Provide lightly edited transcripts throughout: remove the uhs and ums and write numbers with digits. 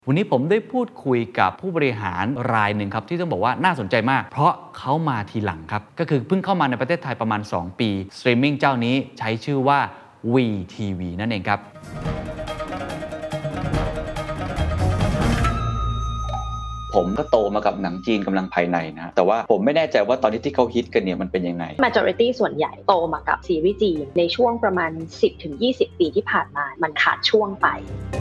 วันนี้ผมได้พูดคุยกับผู้บริหารรายหนึ่งครับที่ต้องบอกว่าน่าสนใจมากเพราะเขามาทีหลังครับก็คือเพิ่งเข้ามาในประเทศไทยประมาณ2ปีสตรีมมิ่งเจ้านี้ใช้ชื่อว่า VTV นั่นเองครับผมก็โตมากับหนังจีนกำลังภายในนะแต่ว่าผมไม่แน่ใจว่าตอนนี้ที่เขาฮิตกันเนี่ยมันเป็นยังไง Majority ส่วนใหญ่โตมากับซีรีส์จีนในช่วงประมาณ 10-20 ปีที่ผ่านมามันขาดช่วงไป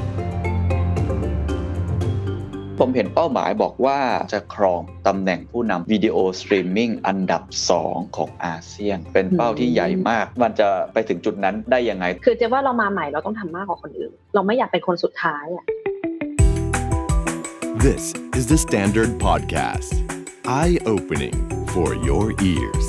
ผมเห็นเป้าหมายบอกว่าจะครองตำแหน่งผู้นำวิดีโอสตรีมมิ่งอันดับ2ของอาเซียนเป็นเป้าที่ใหญ่มากมันจะไปถึงจุดนั้นได้ยังไงคือเจ๊ว่าเรามาใหม่เราต้องทำมากกว่าคนอื่นเราไม่อยากเป็นคนสุดท้ายอ่ะ This is the Standard Podcast Eye-opening for your ears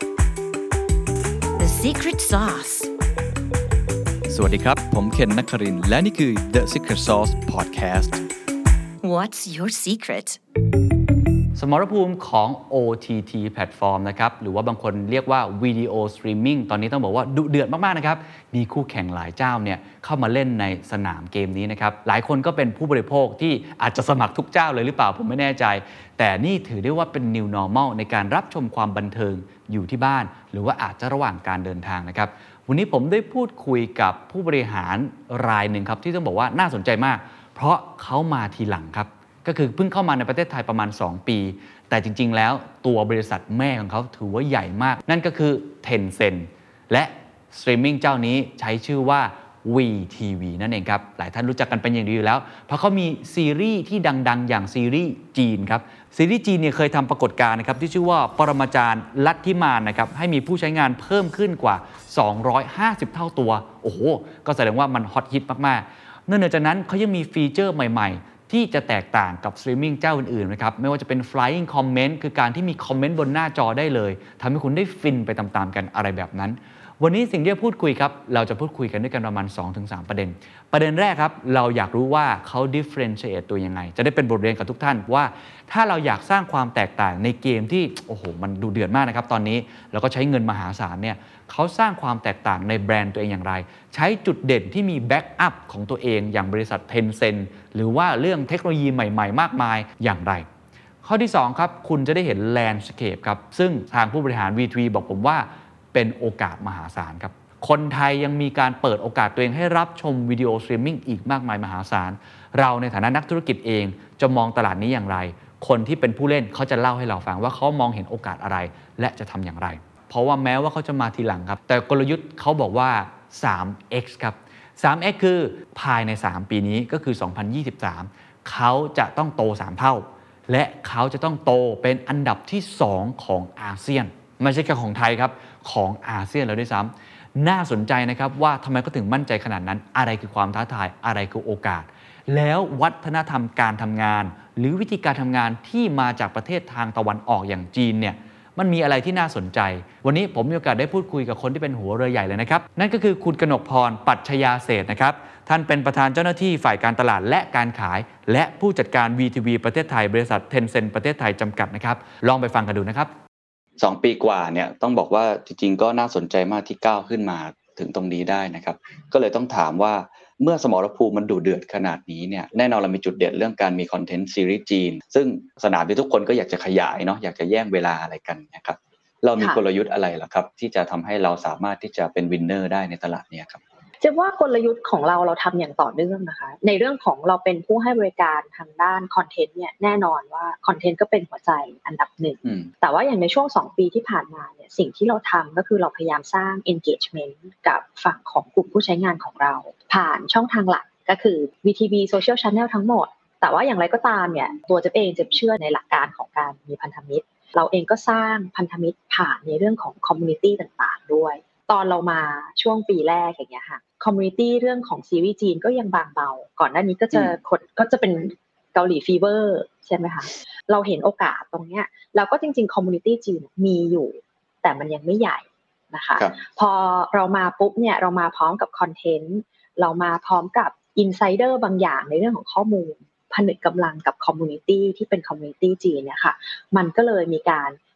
The Secret Sauce สวัสดีครับผมเคนนครินทร์และนี่คือ The Secret Sauce Podcast What's your secret สมรภูมิของ OTT แพลตฟอร์มนะครับหรือว่าบางคนเรียกว่าวิดีโอสตรีมมิ่งตอนนี้ต้องบอกว่าดุเดือดมากๆนะครับมีคู่แข่งหลายเจ้าเนี่ยเข้ามาเล่นในสนามเกมนี้นะครับหลายคนก็เป็นผู้บริโภคที่อาจจะสมัครทุกเจ้าเลยหรือเปล่าผมไม่แน่ใจแต่นี่ถือได้ว่าเป็น New Normal ในการรับชมความบันเทิงอยู่ที่บ้านหรือว่าอาจจะระหว่างการเดินทางนะครับวันนี้ผมได้พูดคุยกับผู้บริหารรายหนึ่งครับที่ต้องบอกว่าน่าสนใจมากเพราะเขามาทีหลังครับก็คือเพิ่งเข้ามาในประเทศไทยประมาณ2ปีแต่จริงๆแล้วตัวบริษัทแม่ของเขาถือว่าใหญ่มากนั่นก็คือ Tencent และสตรีมมิ่งเจ้านี้ใช้ชื่อว่า VTV นั่นเองครับหลายท่านรู้จักกันเป็นอย่างดีอยู่แล้วเพราะเขามีซีรีส์ที่ดังๆอย่างซีรีส์จีนครับซีรีส์จีนเนี่ยเคยทำปรากฏการณ์นะครับที่ชื่อว่าปรมาจารย์ลัทธิมารนะครับให้มีผู้ใช้งานเพิ่มขึ้นกว่า250เท่าตัวโอ้โหก็แสดงว่ามันฮอตฮิตมากๆนอกจากนั้นเขายังมีฟีเจอร์ใหม่ๆที่จะแตกต่างกับสตรีมมิ่งเจ้าอื่นๆนะครับไม่ว่าจะเป็น flying comment คือการที่มีคอมเมนต์บนหน้าจอได้เลยทำให้คุณได้ฟินไปตามๆกันอะไรแบบนั้นวันนี้สิ่งที่จะพูดคุยครับเราจะพูดคุยกันด้วยกันประมาณ 2-3 ประเด็นแรกครับเราอยากรู้ว่าเขา differentiate ตัวยังไงจะได้เป็นบทเรียนกับทุกท่านว่าถ้าเราอยากสร้างความแตกต่างในเกมที่โอ้โหมันดูเดือดมากนะครับตอนนี้แล้วก็ใช้เงินมหาศาลเนี่ยเขาสร้างความแตกต่างในแบรนด์ตัวเองอย่างไรใช้จุดเด่นที่มีแบ็กอัพของตัวเองอย่างบริษัท Tencent หรือว่าเรื่องเทคโนโลยีใหม่ๆมากมายอย่างไรข้อที่2ครับคุณจะได้เห็นแลนด์สเคปครับซึ่งทางผู้บริหาร VTV บอกผมว่าเป็นโอกาสมหาศาลครับคนไทยยังมีการเปิดโอกาสตัวเองให้รับชมวิดีโอสตรีมมิ่งอีกมากมายมหาศาลเราในฐานะนักธุรกิจเองจะมองตลาดนี้อย่างไรคนที่เป็นผู้เล่นเขาจะเล่าให้เราฟังว่าเขามองเห็นโอกาสอะไรและจะทำอย่างไรเพราะว่าแม้ว่าเขาจะมาทีหลังครับแต่กลยุทธ์เขาบอกว่า 3x ครับ 3x คือภายใน3ปีนี้ก็คือ 2023เขาจะต้องโต3เท่าและเขาจะต้องโตเป็นอันดับที่2ของอาเซียนไม่ใช่แค่ของไทยครับของอาเซียนแล้วด้วยซ้ำน่าสนใจนะครับว่าทำไมเขาถึงมั่นใจขนาดนั้นอะไรคือความท้าทายอะไรคือโอกาสแล้ววัฒนธรรมการทำงานหรือวิธีการทำงานที่มาจากประเทศทางตะวันออกอย่างจีนเนี่ยมันมีอะไรที่น่าสนใจวันนี้ผมมีโอกาสได้พูดคุยกับคนที่เป็นหัวเรือใหญ่เลยนะครับนั่นก็คือคุณกนกพรปัชญาเศรษฐ์นะครับท่านเป็นประธานเจ้าหน้าที่ฝ่ายการตลาดและการขายและผู้จัดการ VTV ประเทศไทยบริษัท Tencent ประเทศไทยจำกัดนะครับลองไปฟังกันดูนะครับ 2 ปีกว่าเนี่ยต้องบอกว่าจริงๆก็น่าสนใจมากที่ก้าวขึ้นมาถึงตรงนี้ได้นะครับก็เลยต้องถามว่าเมื่อสมรภูมิมันดุเดือดขนาดนี้เนี่ยแน่นอนเรามีจุดเด่นเรื่องการมีคอนเทนต์ซีรีส์จีนซึ่งสนามที่ทุกคนก็อยากจะขยายเนาะอยากจะแย่งเวลาอะไรกันนะครับเรามีกลยุทธ์อะไรล่ะครับที่จะทำให้เราสามารถที่จะเป็นวินเนอร์ได้ในตลาดนี้ครับจะว่ากลยุทธ์ของเราทำอย่างต่อเนื่องนะคะในเรื่องของเราเป็นผู้ให้บริการทางด้านคอนเทนต์เนี่ยแน่นอนว่าคอนเทนต์ก็เป็นหัวใจอันดับหนึ่งแต่ว่าอย่างในช่วง2ปีที่ผ่านมาเนี่ยสิ่งที่เราทำก็คือเราพยายามสร้าง engagement กับฝั่งของกลุ่มผู้ใช้งานของเราผ่านช่องทางหลักก็คือ VTV Social Channel ทั้งหมดแต่ว่าอย่างไรก็ตามเนี่ยตัวเจ๊เองจะเชื่อในหลักการของการมีพันธมิตรเราเองก็สร้างพันธมิตรผ่านในเรื่องของ community ต่างๆด้วยตอนเรามาช่วงปีแรกอย่างเงี้ยค่ะคอมมูนิตี้เรื่องของซีรีส์จีนก็ยังบางเบาก่อนหน้านี้ก็จะเป็นเกาหลีฟีเวอร์ใช่ไหมคะเราเห็นโอกาสตรงเนี้ยแล้วก็จริงๆคอมมูนิตี้จีนมีอยู่แต่มันยังไม่ใหญ่นะคะพอเรามาปุ๊บเนี่ยเรามาพร้อมกับคอนเทนต์เรามาพร้อมกับอินไซเดอร์บางอย่างในเรื่องของข้อมูลผนึกกำลังกับคอมมูนิตี้ที่เป็นคอมมูนิตี้จีนเนี่ยค่ะมันก็เลยมีการ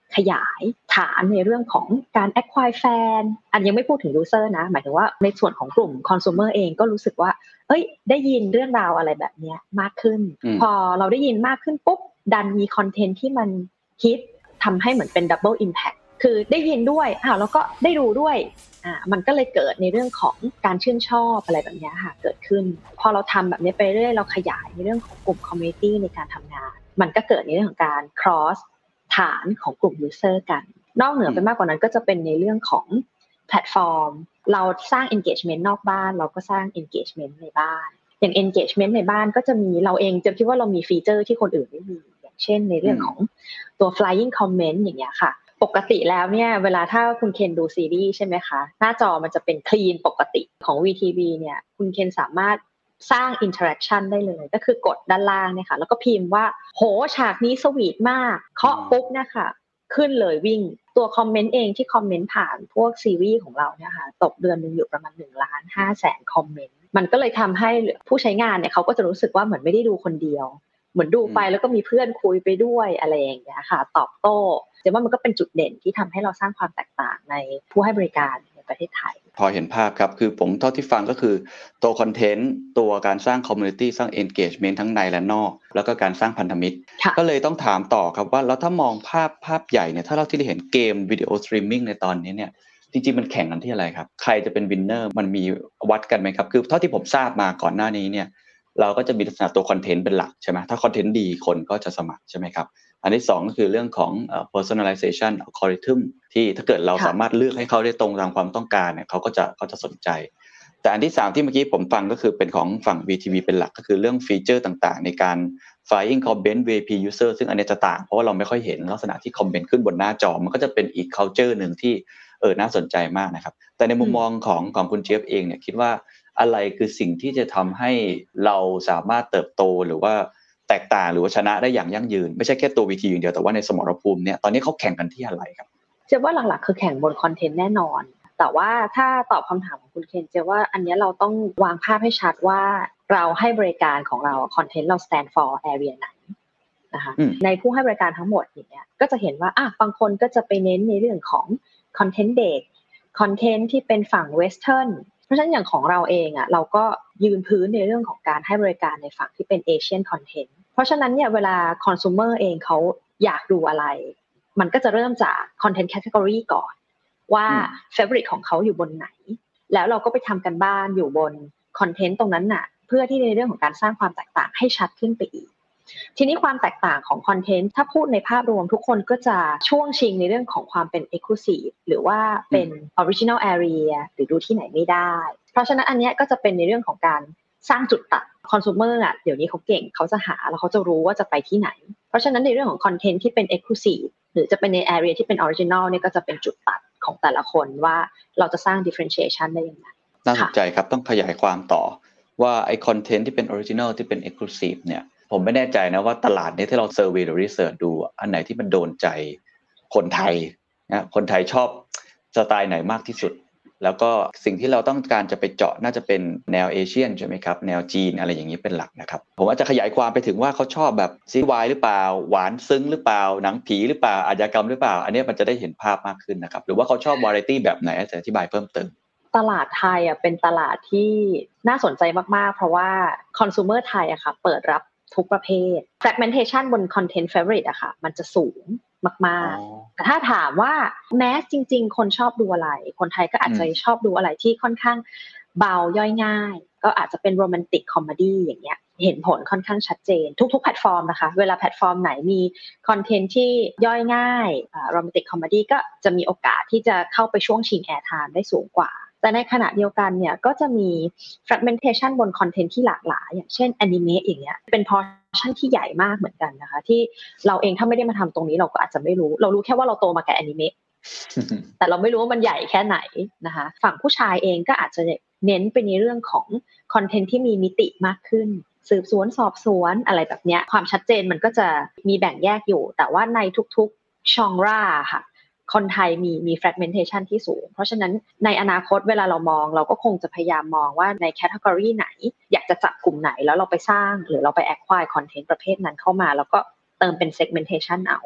ขยายฐานในเรื่องของการ acquire fan อันยังไม่พูดถึง user นะหมายถึงว่าในส่วนของกลุ่ม consumer เองก็รู้สึกว่าได้ยินเรื่องราวอะไรแบบนี้มากขึ้นพอเราได้ยินมากขึ้นปุ๊บดันมีคอนเทนต์ที่มันฮิตทำให้เหมือนเป็น double impact คือได้ยินด้วยแล้วก็ได้ดูด้วยมันก็เลยเกิดในเรื่องของการชื่นชอบอะไรแบบนี้ค่ะเกิดขึ้นพอเราทำแบบนี้ไปเรื่อยเราขยายในเรื่องของกลุ่ม community ในการทำงานมันก็เกิดในเรื่องของการ cross ฐานของกลุ่ม user กันนอกเหนือไปมากกว่านั้นก็จะเป็นในเรื่องของแพลตฟอร์มเราสร้าง engagement นอกบ้านเราก็สร้าง engagement ในบ้านอย่าง engagement ในบ้านก็จะมีเราเองจะคิดว่าเรามีฟีเจอร์ที่คนอื่นไม่มีอย่างเช่นในเรื่องของตัว flying comment อย่างเงี้ยค่ะปกติแล้วเนี่ยเวลาถ้าคุณเคนดูซีรีส์ใช่ไหมคะหน้าจอมันจะเป็นคลีนปกติของ VTV เนี่ยคุณเคนสามารถสร้าง interaction ได้เลยก็คือกดด้านล่างเนี่ยค่ะแล้วก็พิมพ์ว่าโหฉากนี้สวีทมากเคาะปุ๊บเนี่ยค่ะขึ้นเลยวิ่งตัวคอมเมนต์เองที่คอมเมนต์ผ่านพวกซีรีส์ของเราเนี่ยค่ะตกเดือนนึงอยู่ประมาณ 1,500,000 คอมเมนต์มันก็เลยทำให้ผู้ใช้งานเนี่ยเขาก็จะรู้สึกว่าเหมือนไม่ได้ดูคนเดียวเหมือนดูไปแล้วก็มีเพื่อนคุยไปด้วยอะไรอย่างเงี้ยค่ะตอบโต้แต่ว่ามันก็เป็นจุดเด่นที่ทำให้เราสร้างความแตกต่างในผู้ให้บริการในประเทศไทยพอเห็นภาพครับคือผมเท่าที่ฟังก็คือตัวคอนเทนต์ตัวการสร้างคอมมูนิตี้สร้าง engagement ทั้งในและนอกแล้วก็การสร้างพันธมิตรก็เลยต้องถามต่อครับว่าแล้วถ้ามองภาพใหญ่เนี่ยถ้าเราที่ได้เห็นเกมวิดีโอสตรีมมิ่งในตอนนี้เนี่ยจริงๆมันแข่งกันที่อะไรครับใครจะเป็นวินเนอร์มันมีวัดกันไหมครับคือเท่าที่ผมทราบมาก่อนหน้านี้เนี่ยเราก็จะมีลักษณะตัวคอนเทนต์เป็นหลักใช่ไหมถ้าคอนเทนต์ดีคนก็จะสมัครใช่ไหมครับอันที่2ก็คือเรื่องของpersonalization algorithm ที่ถ้าเกิดเราสามารถเลือกให้เขาได้ตรงตามความต้องการเนี่ยเขาจะสนใจแต่อันที่3ที่เมื่อกี้ผมฟังก็คือเป็นของฝั่ง VTV เป็นหลักก็คือเรื่องฟีเจอร์ต่างๆในการ flying comment VIP user ซึ่งอันนี้จะต่างเพราะว่าเราไม่ค่อยเห็นลักษณะที่คอมเมนต์ขึ้นบนหน้าจอมันก็จะเป็นอีก culture นึงที่น่าสนใจมากนะครับแต่ในมุมมองของคุณเจี๊ยบเองเนี่ยคิดว่าอะไรคือสิ่งที่จะทำให้เราสามารถเติบโตหรือว่าแตกต่างหรือว่าชนะได้อย่างยั่งยืนไม่ใช่แค่ตัว VTV อย่างเดียวแต่ว่าในสมรภูมิเนี่ยตอนนี้เขาแข่งกันที่อะไรครับเจ๊ว่าหลักๆคือแข่งบนคอนเทนต์แน่นอนแต่ว่าถ้าตอบคำถามของคุณเคนเจ๊ว่าอันนี้เราต้องวางภาพให้ชัดว่าเราให้บริการของเราคอนเทนต์เรา stand for area ไหนนะคะในผู้ให้บริการทั้งหมดอย่างเงี้ยก็จะเห็นว่าบางคนก็จะไปเน้นในเรื่องของคอนเทนต์เด็กคอนเทนต์ที่เป็นฝั่งเวสเทิร์นเพราะฉะนั้นอย่างของเราเองเราก็ยืนพื้นในเรื่องของการให้บริการในฝั่งที่เป็นเอเชียนคอนเทนต์เพราะฉะนั้นเนี่ยเวลาคอน sumer เองเขาอยากดูอะไรมันก็จะเริ่มจาก content category ก่อนว่า favorite ของเขาอยู่บนไหนแล้วเราก็ไปทำกันบ้านอยู่บนคอนเทนต์ตรงนั้นน่ะเพื่อที่ในเรื่องของการสร้างความแตกต่างให้ชัดขึ้นไปอีกทีนี้ความแตกต่างของคอนเทนต์ถ้าพูดในภาพรวมทุกคนก็จะช่วงชิงในเรื่องของความเป็น exclusive หรือว่าเป็น original area หรือดูที่ไหนไม่ได้เพราะฉะนั้นอันนี้ก็จะเป็นในเรื่องของการสร้างจุดตัดคอน sumer เดี๋ยวนี้เขาเก่งเขาจะหาแล้วเขาจะรู้ว่าจะไปที่ไหนเพราะฉะนั้นในเรื่องของคอนเทนต์ที่เป็น exclusive หรือจะเป็นใน area ที่เป็น original เนี่ยก็จะเป็นจุดตัดของแต่ละคนว่าเราจะสร้าง differentiation ได้ยังไงน่าสนใจครับต้องขยายความต่อว่าไอ้คอนเทนต์ที่เป็น original ที่เป็น exclusive เนี่ยผมไม่แน่ใจนะว่าตลาดนี้ที่เราเซอร์เวย์หรือรีเสิร์ชดูอันไหนที่มันโดนใจคนไทยนะคนไทยชอบสไตล์ไหนมากที่สุดแล้วก็สิ่งที่เราต้องการจะไปเจาะน่าจะเป็นแนวเอเชียนใช่ไหมครับแนวจีนอะไรอย่างนี้เป็นหลักนะครับผมอาจจะขยายความไปถึงว่าเขาชอบแบบซีรีส์วายหรือเปล่าหวานซึ้งหรือเปล่าหนังผีหรือเปล่าอาชญากรรมหรือเปล่าอันนี้มันจะได้เห็นภาพมากขึ้นนะครับหรือว่าเขาชอบวาไรตี้แบบไหนจะอธิบายเพิ่มเติมตลาดไทยเป็นตลาดที่น่าสนใจมากๆเพราะว่าคอน sumer ไทยค่ะเปิดรับทุกประเภท fragmentation บน content favorite ค่ะมันจะสูงมากๆแต่ถ้าถามว่าแมสจริงๆคนชอบดูอะไรคนไทยก็อาจจะชอบดูอะไรที่ค่อนข้างเบาย่อยง่ายก็อาจจะเป็นโรแมนติกคอมเมดี้อย่างเงี้ยเห็นผลค่อนข้างชัดเจนทุกๆแพลตฟอร์มนะคะเวลาแพลตฟอร์มไหนมีคอนเทนต์ที่ย่อยง่ายโรแมนติกคอมเมดี้ก็จะมีโอกาสที่จะเข้าไปช่วงชิงแอร์ไทม์ได้สูงกว่าแต่ในขณะเดียวกันเนี่ยก็จะมี fragmentation บนคอนเทนต์ที่หลากหลายอย่างเช่นอนิเมะอย่างเงี้ยเป็น portion ที่ใหญ่มากเหมือนกันนะคะที่เราเองถ้าไม่ได้มาทำตรงนี้เราก็อาจจะไม่รู้เรารู้แค่ว่าเราโตมากับอนิเมะ แต่เราไม่รู้ว่ามันใหญ่แค่ไหนนะคะฝั่งผู้ชายเองก็อาจจะเน้นไปในเรื่องของคอนเทนต์ที่มีมิติมากขึ้นสืบสวนสอบสวนอะไรแบบเนี้ยความชัดเจนมันก็จะมีแบ่งแยกอยู่แต่ว่าในทุกๆ genre ค่ะคนไทยมี fragmentation ที่สูงเพราะฉะนั้นในอนาคตเวลาเรามองเราก็คงจะพยายามมองว่าใน category ไหนอยากจะจับกลุ่มไหนแล้วเราไปสร้างหรือเราไป acquire content ประเภทนั้นเข้ามาแล้วก็เติมเป็น segmentation เอาค่ะ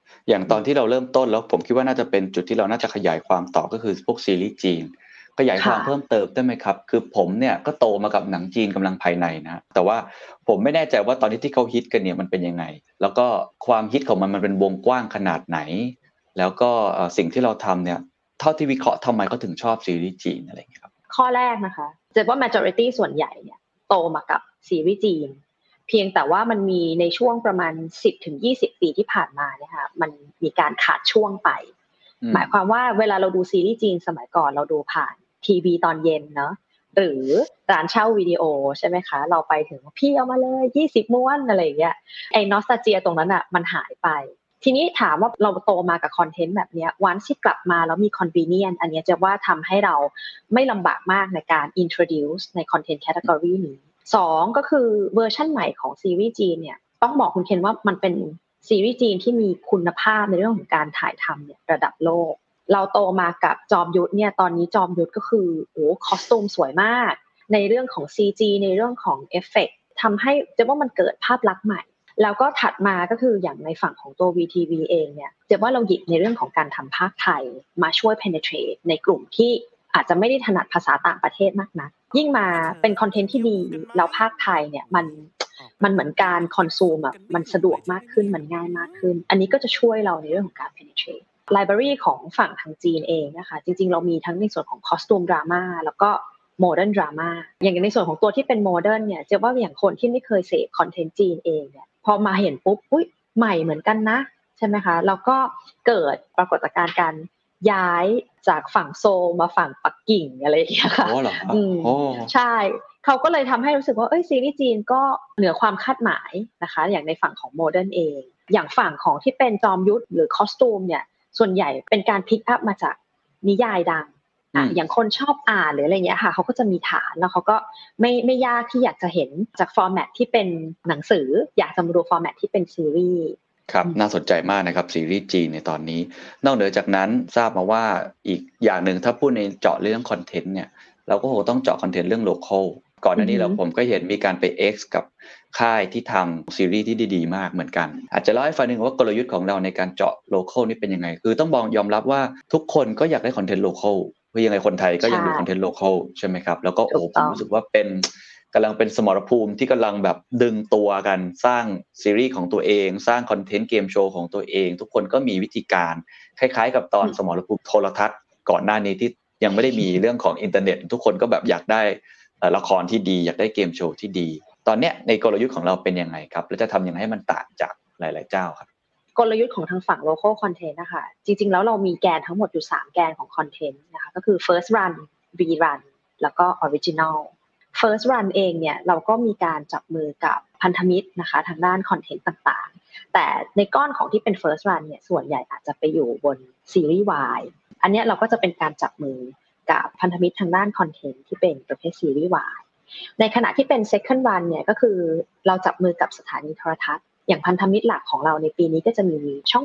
อย่างตอนที่เราเริ่มต้นแล้วผมคิดว่าน่าจะเป็นจุดที่เราน่าจะขยายความต่อก็คือพวกซีรีส์จีนขยายความเพิ่มเติมได้ไหมครับคือผมเนี่ยก็โตมากับหนังจีนกำลังภายในนะแต่ว่าผมไม่แน่ใจว่าตอนนี้ที่เขาฮิตกันเนี่ยมันเป็นยังไงแล้วก็ความฮิตของมันเป็นวงกว้างขนาดไหนแล้วก็สิ่งที่เราทำเนี่ยเท่าที่วิเคราะห์ทำไมเขาถึงชอบซีรีส์จีนอะไรอย่างเงี้ยครับข้อแรกนะคะจะว่า majority ส่วนใหญ่เนี่ยโตมากับซีรีส์จีนเพียงแต่ว่ามันมีในช่วงประมาณ 10-20 ปีที่ผ่านมาเนี่ยค่ะมันมีการขาดช่วงไปหมายความว่าเวลาเราดูซีรีส์จีนสมัยก่อนเราดูผ่านทีวีตอนเย็นเนาะหรือร้านเช่าวิดีโอใช่ไหมคะเราไปถึงพี่เอามาเลย20ม้วนอะไรอย่างเงี้ยไอ้นอสตาเจียตรงนั้นอ่ะมันหายไปทีนี้ถามว่าเราโตมากับคอนเทนต์แบบนี้วันที่กลับมาแล้วมี convenient อันนี้จะว่าทำให้เราไม่ลำบากมากในการ introduce ใน content category นี้2ก็คือเวอร์ชั่นใหม่ของซีรีส์จีนเนี่ยต้องบอกคุณเคนว่ามันเป็นซีรีส์จีนที่มีคุณภาพในเรื่องของการถ่ายทำเนี่ยระดับโลกเราโตมากับจอมยุทธเนี่ยตอนนี้จอมยุทธก็คือคอสตูมสวยมากในเรื่องของ CG ในเรื่องของเอฟเฟกต์ทำให้จะว่ามันเกิดภาพลักษณ์ใหม่แล้วก็ถัดมาก็คืออย่างในฝั่งของตัว VTV เองเนี่ยจะว่าเราหยิบในเรื่องของการทำภาคไทยมาช่วย penetrate ในกลุ่มที่อาจจะไม่ได้ถนัดภาษาต่างประเทศมากนักยิ่งมาเป็นคอนเทนต์ที่ดีแล้วภาคไทยเนี่ยมันเหมือนการคอนซูมอ่ะมันสะดวกมากขึ้นมันง่ายมากขึ้นอันนี้ก็จะช่วยเราในเรื่องของการ penetrate library ของฝั่งทางจีนเองนะคะจริงๆเรามีทั้งในส่วนของ costume drama แล้วก็ modern drama อย่างในส่วนของตัวที่เป็น modern เนี่ยจะว่าอย่างคนที่ไม่เคยเสพคอนเทนต์จีนเองเนี่ยพอมาเห็นปุ๊บอุ๊ยใหม่เหมือนกันนะใช่ไหมคะแล้วก็เกิดปรากฏการณ์การย้ายจากฝั่งโซลมาฝั่งปักกิ่งอะไรอย่างเงี้ยค่ะเหรอใช่เขาก็เลยทำให้รู้สึกว่าซีรีส์จีนก็เหนือความคาดหมายนะคะอย่างในฝั่งของโมเดิร์นเองอย่างฝั่งของที่เป็นจอมยุทธหรือคอสตูมเนี่ยส่วนใหญ่เป็นการพิกอัพมาจากนิยายดังอย่างคนชอบอ่านหรืออะไรเงี้ยค่ะเขาก็จะมีฐานแล้วเขาก็ไม่ยากที่อยากจะเห็นจากฟอร์แมตที่เป็นหนังสืออยากจะมาดูฟอร์แมตที่เป็นซีรีส์ครับน่าสนใจมากนะครับซีรีส์จีนในตอนนี้นอกเหนือจากนั้นทราบมาว่าอีกอย่างหนึ่งถ้าพูดในเจาะเรื่องคอนเทนต์เนี่ยเราก็คงต้องเจาะคอนเทนต์เรื่องโลคอลก่อนหน้านี้ผมก็เห็นมีการไป X กับค่ายที่ทำซีรีส์ที่ดีๆมากเหมือนกันอาจจะเล่าให้ฟังนึงว่ากลยุทธ์ของเราในการเจาะโลคอลนี่เป็นยังไงคือต้องยอมรับว่าทุกคนก็อยากได้คอนเทนต์โลคอลเพราะยังไงคนไทยก็ยังดูคอนเทนต์โลคอลใช่ไหมครับแล้วก็ผมรู้สึกว่ากำลังเป็นสมรภูมิที่กำลังแบบดึงตัวกันสร้างซีรีส์ของตัวเองสร้างคอนเทนต์เกมโชว์ของตัวเองทุกคนก็มีวิธีการคล้ายๆกับตอนสมรภูมิโทรทัศน์ก่อนหน้านี้ที่ยังไม่ได้มีเรื่องของอินเทอร์เน็ตทุกคนก็แบบอยากได้ละครที่ดีอยากได้เกมโชว์ที่ดีตอนเนี้ยในกลยุทธ์ของเราเป็นยังไงครับแล้วจะทำยังไงให้มันต่างจากหลายๆเจ้าครับกลยุทธ์ของทางฝั่ง local content นะคะจริงๆแล้วเรามีแกนทั้งหมดอยู่3แกนของคอนเทนต์นะคะก็คือ first run rerun แล้วก็ original First Run เองเนี่ยเราก็มีการจับมือกับพันธมิตรนะคะทางด้านคอนเทนต์ต่างๆแต่ในก้อนของที่เป็น First Run เนี่ยส่วนใหญ่อาจจะไปอยู่บนซีรีส์ Y อันนี้เราก็จะเป็นการจับมือกับพันธมิตรทางด้านคอนเทนต์ที่เป็นประเภทซีรีส์ Y ในขณะที่เป็น Second Run เนี่ยก็คือเราจับมือกับสถานีโทรทัศน์อย่างพันธมิตรหลักของเราในปีนี้ก็จะมีช่อง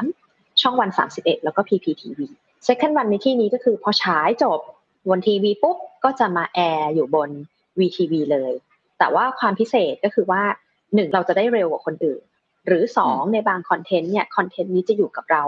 3ช่องวัน31แล้วก็ PPTV Second Run ในที่นี้ก็คือพอฉายจบบนทีวีปุ๊บก็จะมาแอร์อยู่บนVTV เลยแต่ว่าความพิเศษก็คือว่า1เราจะได้เร็วกว่าคนอื่นหรือ2ในบางคอนเทนต์เนี่ยคอนเทนต์นี้จะอยู่กับเรา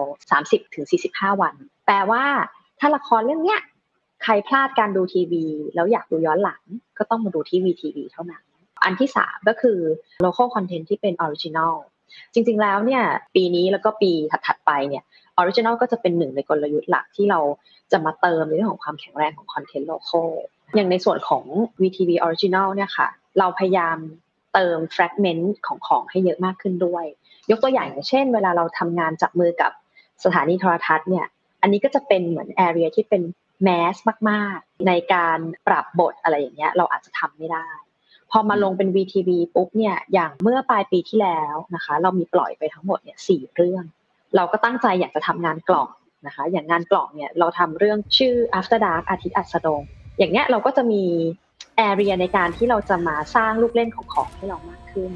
30-45 วันแปลว่าถ้าละครเรื่องเนี้ยใครพลาดการดูทีวีแล้วอยากดูย้อนหลังก็ต้องมาดูที่ VTV เท่านั้นอันที่3ก็คือ local content ที่เป็น original จริงๆแล้วเนี่ยปีนี้แล้วก็ปีถัดๆไปเนี่ย original ก็จะเป็นหนึ่งในกลยุทธ์หลักที่เราจะมาเติมในเรื่องของความแข็งแรงของคอนเทนต์ localอย่างในส่วนของ VTV Original เนี่ยค่ะเราพยายามเติม fragment ของให้เยอะมากขึ้นด้วยยกตัวอย่างเช่นเวลาเราทำงานจับมือกับสถานีโทรทัศน์เนี่ยอันนี้ก็จะเป็นเหมือน area ที่เป็น mass มากๆในการปรับบทอะไรอย่างเงี้ยเราอาจจะทำไม่ได้พอมาลงเป็น VTV ปุ๊บเนี่ยอย่างเมื่อปลายปีที่แล้วนะคะเรามีปล่อยไปทั้งหมดเนี่ย4เรื่องเราก็ตั้งใจอยากจะทำงานกล่องนะคะอย่างงานกล่องเนี่ยเราทำเรื่องชื่อ After Dark อาทิตย์อัสดงอย่างเนี้ยเราก็จะมีแอเรียในการที่เราจะมาสร้างลูกเล่นของให้เรามากขึ้น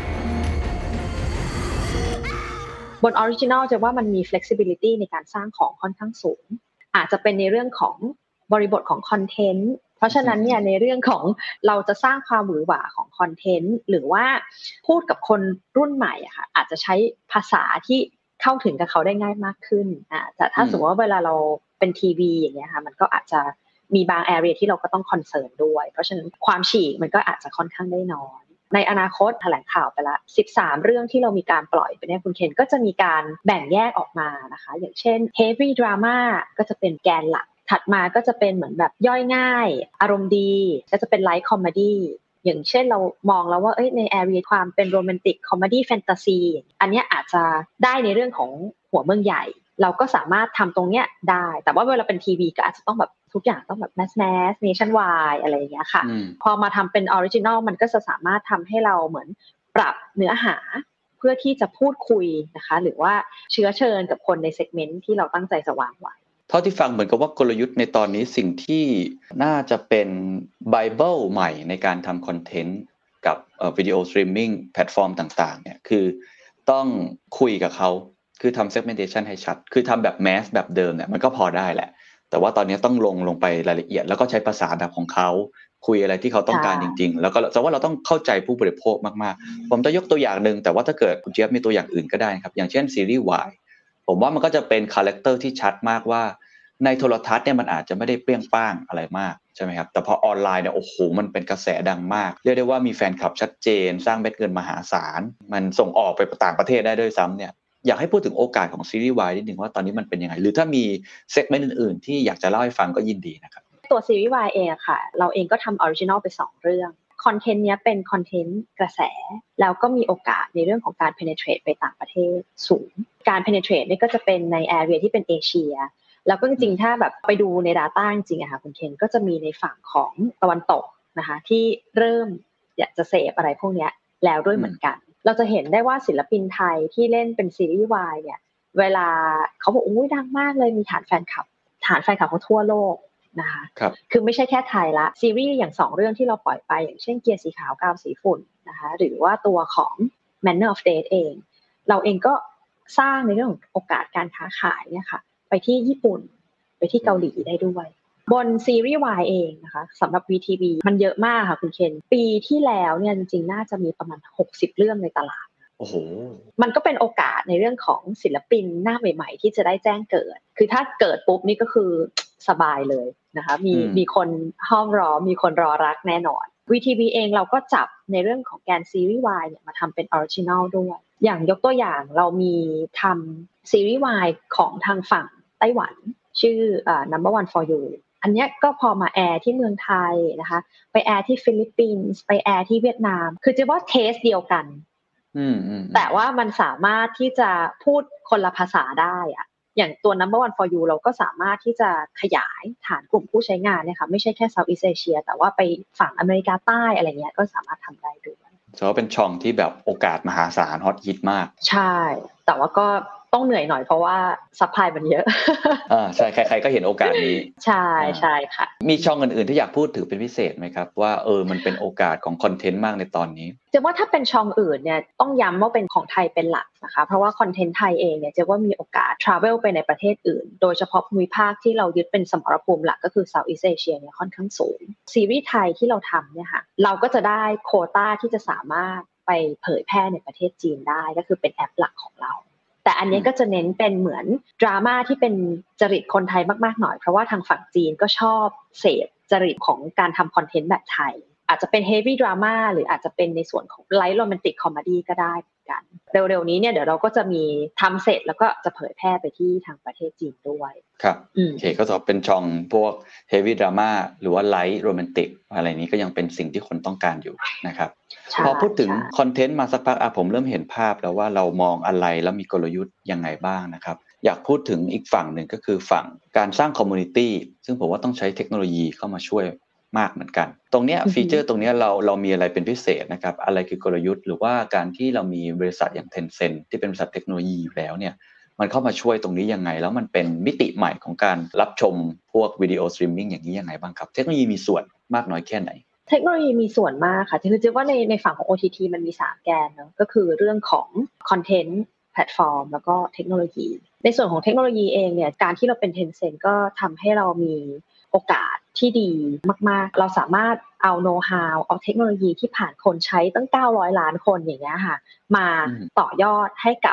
บน Original จะว่ามันมี flexibility ในการสร้างของค่อนข้างสูงอาจจะเป็นในเรื่องของบริบทของคอนเทนต์เพราะฉะนั้นเนี่ยในเรื่องของเราจะสร้างความหวือหวาของคอนเทนต์หรือว่าพูดกับคนรุ่นใหม่อะค่ะอาจจะใช้ภาษาที่เข้าถึงกับเขาได้ง่ายมากขึ้นแต่ถ้าสมมติว่าเวลาเราเป็นทีวีอย่างเงี้ยค่ะมันก็อาจจะมีบาง area ที่เราก็ต้องคอนเซิร์นด้วยเพราะฉะนั้นความฉีกมันก็อาจจะค่อนข้างได้น้อยในอนาคตแถลงข่าวไปละ13เรื่องที่เรามีการปล่อยไปเนี่ยคุณเคนก็จะมีการแบ่งแยกออกมานะคะอย่างเช่น heavy drama ก็จะเป็นแกนหลักถัดมาก็จะเป็นเหมือนแบบย่อยง่ายอารมณ์ดีก็จะเป็น light comedy อย่างเช่นเรามองแล้วว่าใน area ความเป็นโรแมนติกคอมเมดี้แฟนตาซีอันนี้อาจจะได้ในเรื่องของหัวเมืองใหญ่เราก็สามารถทำตรงเนี้ยได้แต่ว่าเวลาเป็นทีวีก็อาจจะต้องแบบทุกอย่างต้องแบบ mass nationwide อะไรอย่างเงี้ยค่ะพอมาทำเป็นออริจินอลมันก็จะสามารถทำให้เราเหมือนปรับเนื้อหาเพื่อที่จะพูดคุยนะคะหรือว่าเชื้อเชิญกับคนในเซกเมนต์ที่เราตั้งใจจะวางไว้เท่าที่ฟังเหมือนกับว่ากลยุทธ์ในตอนนี้สิ่งที่น่าจะเป็นไบเบิลใหม่ในการทำคอนเทนต์กับวิดีโอสตรีมมิ่งแพลตฟอร์มต่างๆเนี่ยคือต้องคุยกับเขาคือทำ segmentation ให้ชัดคือทำแบบแมสแบบเดิมเนี่ยมันก็พอได้แหละแต่ว่าตอนนี้ต้องลงไปรายละเอียดแล้วก็ใช้ภาษาแบบของเขาคุยอะไรที่เขาต้องการจริงๆแล้วก็แต่ว่าเราต้องเข้าใจผู้บริโภคมากๆผมจะยกตัวอย่างนึงแต่ว่าถ้าเกิดคุณเจี๊ยบมีตัวอย่างอื่นก็ได้ครับอย่างเช่นซีรีส์ Y ผมว่ามันก็จะเป็นคาแรคเตอร์ที่ชัดมากว่าในโทรทัศน์เนี่ยมันอาจจะไม่ได้เปรี้ยงป้างอะไรมากใช่ไหมครับแต่พอออนไลน์เนี่ยโอ้โหมันเป็นกระแสดังมากเรียกได้ว่ามีแฟนคลับชัดเจนสร้างเม็ดเงินมหาศาลมันส่งออกไปต่างประเทศได้ด้วยซ้ำเนี่ยอยากให้พูดถึงโอกาสของซีรีส์ Y นิดนึงว่าตอนนี้มันเป็นยังไงหรือถ้ามีเซกเมนต์อื่นๆที่อยากจะเล่าให้ฟังก็ยินดีนะครับตัวซีรีส์ Y เองค่ะเราเองก็ทำออริจินอลไป2เรื่องคอนเทนต์เนี้ยเป็นคอนเทนต์กระแสแล้วก็มีโอกาสในเรื่องของการ penetrate ไปต่างประเทศสูงการ penetrate นี่ก็จะเป็นใน area ที่เป็นเอเชียแล้วก็จริงๆถ้าแบบไปดูใน data จริงๆอะค่ะคุณเคนก็จะมีในฝั่งของตะวันตกนะคะที่เริ่มอยากจะเสพอะไรพวกนี้แล้วด้วยเหมือนกันเราจะเห็นได้ว่าศิลปินไทยที่เล่นเป็นซีรีส์ Y เนี่ยเวลาเขาบอกอุ้ยดังมากเลยมีฐานแฟนคลับเขาทั่วโลกนะคะคือไม่ใช่แค่ไทยละซีรีส์อย่าง2เรื่องที่เราปล่อยไปอย่างเช่นเกียร์สีขาวกาวสีฝุ่นนะคะหรือว่าตัวของ Manner of Death เองเราเองก็สร้างในเรื่องของโอกาสการค้าขายเนี่ยค่ะไปที่ญี่ปุ่นไปที่เกาหลีได้ด้วยบนซีรีส์ Y เองนะคะสำหรับ VTV มันเยอะมากค่ะคุณเคนปีที่แล้วเนี่ยจริงๆน่าจะมีประมาณ60เรื่องในตลาดโอ้โหมันก็เป็นโอกาสในเรื่องของศิลปินหน้าใหม่ๆที่จะได้แจ้งเกิดคือถ้าเกิดปุ๊บนี่ก็คือสบายเลยนะคะมีคนห้อมรอมีคนรอรักแน่นอน VTV เองเราก็จับในเรื่องของแกนซีรีส์ Y เนี่ยมาทำเป็นออริจินอลด้วยอย่างยกตัวอย่างเรามีทำซีรีส์ Y ของทางฝั่งไต้หวันชื่อNumber One for You อันนี้ก็พอมาแอร์ที่เมืองไทยนะคะไปแอร์ที่ฟิลิปปินส์ไปแอร์ที่เวียดนามคือจะว่าเทสเดียวกันแต่ว่ามันสามารถที่จะพูดคนละภาษาได้อะอย่างตัว Number One for You เราก็สามารถที่จะขยายฐานกลุ่มผู้ใช้งานเนี่ยค่ะไม่ใช่แค่ Southeast Asia แต่ว่าไปฝั่งอเมริกาใต้อะไรเงี้ยก็สามารถทำได้ด้วยถือว่าเป็นช่องที่แบบโอกาสมหาศาลฮอตฮิตมากใช่แต่ว่าก็ต้องเหนื่อยหน่อยเพราะว่าซัพพลายมันเยอะใช่ใครๆก็เห็นโอกาสนี้ใช่ใช่ค่ะมีช่องอื่นๆที่อยากพูดถึงเป็นพิเศษไหมครับว่ามันเป็นโอกาสของคอนเทนต์มากในตอนนี้จะว่าถ้าเป็นช่องอื่นเนี่ยต้องย้ำว่าเป็นของไทยเป็นหลักนะคะเพราะว่าคอนเทนต์ไทยเองเนี่ยจะว่ามีโอกาส travel ไปในประเทศอื่นโดยเฉพาะภูมิภาคที่เรายึดเป็นสมรภูมิหลักก็คือ Southeast Asia เนี่ยค่อนข้างสูงซีรีส์ไทยที่เราทำเนี่ยค่ะเราก็จะได้โควต้าที่จะสามารถไปเผยแพร่ในประเทศจีนได้ก็คือเป็นแอปหลักของเราแต่อันนี้ก็จะเน้นเป็นเหมือนดราม่าที่เป็นจริตคนไทยมากๆหน่อยเพราะว่าทางฝั่งจีนก็ชอบเสพจริตของการทำคอนเทนต์แบบไทยอาจจะเป็น heavy drama หรืออาจจะเป็นในส่วนของ light romantic comedy ก็ได้เหมือนกันเร็วๆนี้เนี่ยเดี๋ยวเราก็จะมีทำเสร็จแล้วก็จะเผยแพร่ไปที่ทางประเทศจีนด้วยครับโอเคก็จะเป็นช่องพวก heavy drama หรือว่า light romantic อะไรนี้ก็ยังเป็นสิ่งที่คนต้องการอยู่นะครับพอพูดถึงคอนเทนต์มาสักพักผมเริ่มเห็นภาพแล้วว่าเรามองอะไรแล้วมีกลยุทธ์ยังไงบ้างนะครับอยากพูดถึงอีกฝั่งหนึ่งก็คือฝั่งการสร้างคอมมูนิตี้ซึ่งผมว่าต้องใช้เทคโนโลยีเข้ามาช่วยมากเหมือนกันตรงเนี้ยฟีเจอร์ตรงเนี้ยเรามีอะไรเป็นพิเศษนะครับอะไรคือกลยุทธ์หรือว่าการที่เรามีบริษัทอย่าง Tencent ที่เป็นบริษัทเทคโนโลยีอยู่แล้วเนี่ยมันเข้ามาช่วยตรงนี้ยังไงแล้วมันเป็นมิติใหม่ของการรับชมพวกวิดีโอสตรีมมิ่งอย่างนี้ยังไงบ้างครับเทคโนโลยีมีส่วนมากน้อยแค่ไหนเทคโนโลยีมีส่วนมากค่ะคือจะว่าในฝั่งของ OTT มันมี3แกนเนาะก็คือเรื่องของคอนเทนต์แพลตฟอร์มแล้วก็เทคโนโลยีในส่วนของเทคโนโลยีเองเนี่ยการที่เราเป็น Tencent ก็ทำให้เรามีโอกาสที่ดีมากๆเราสามารถเอาโน้ตฮาวเอาเทคโนโลยีที่ผ่านคนใช้ตั้ง900ล้านคนอย่างเงี้ยค่ะมาต่อยอดให้กับ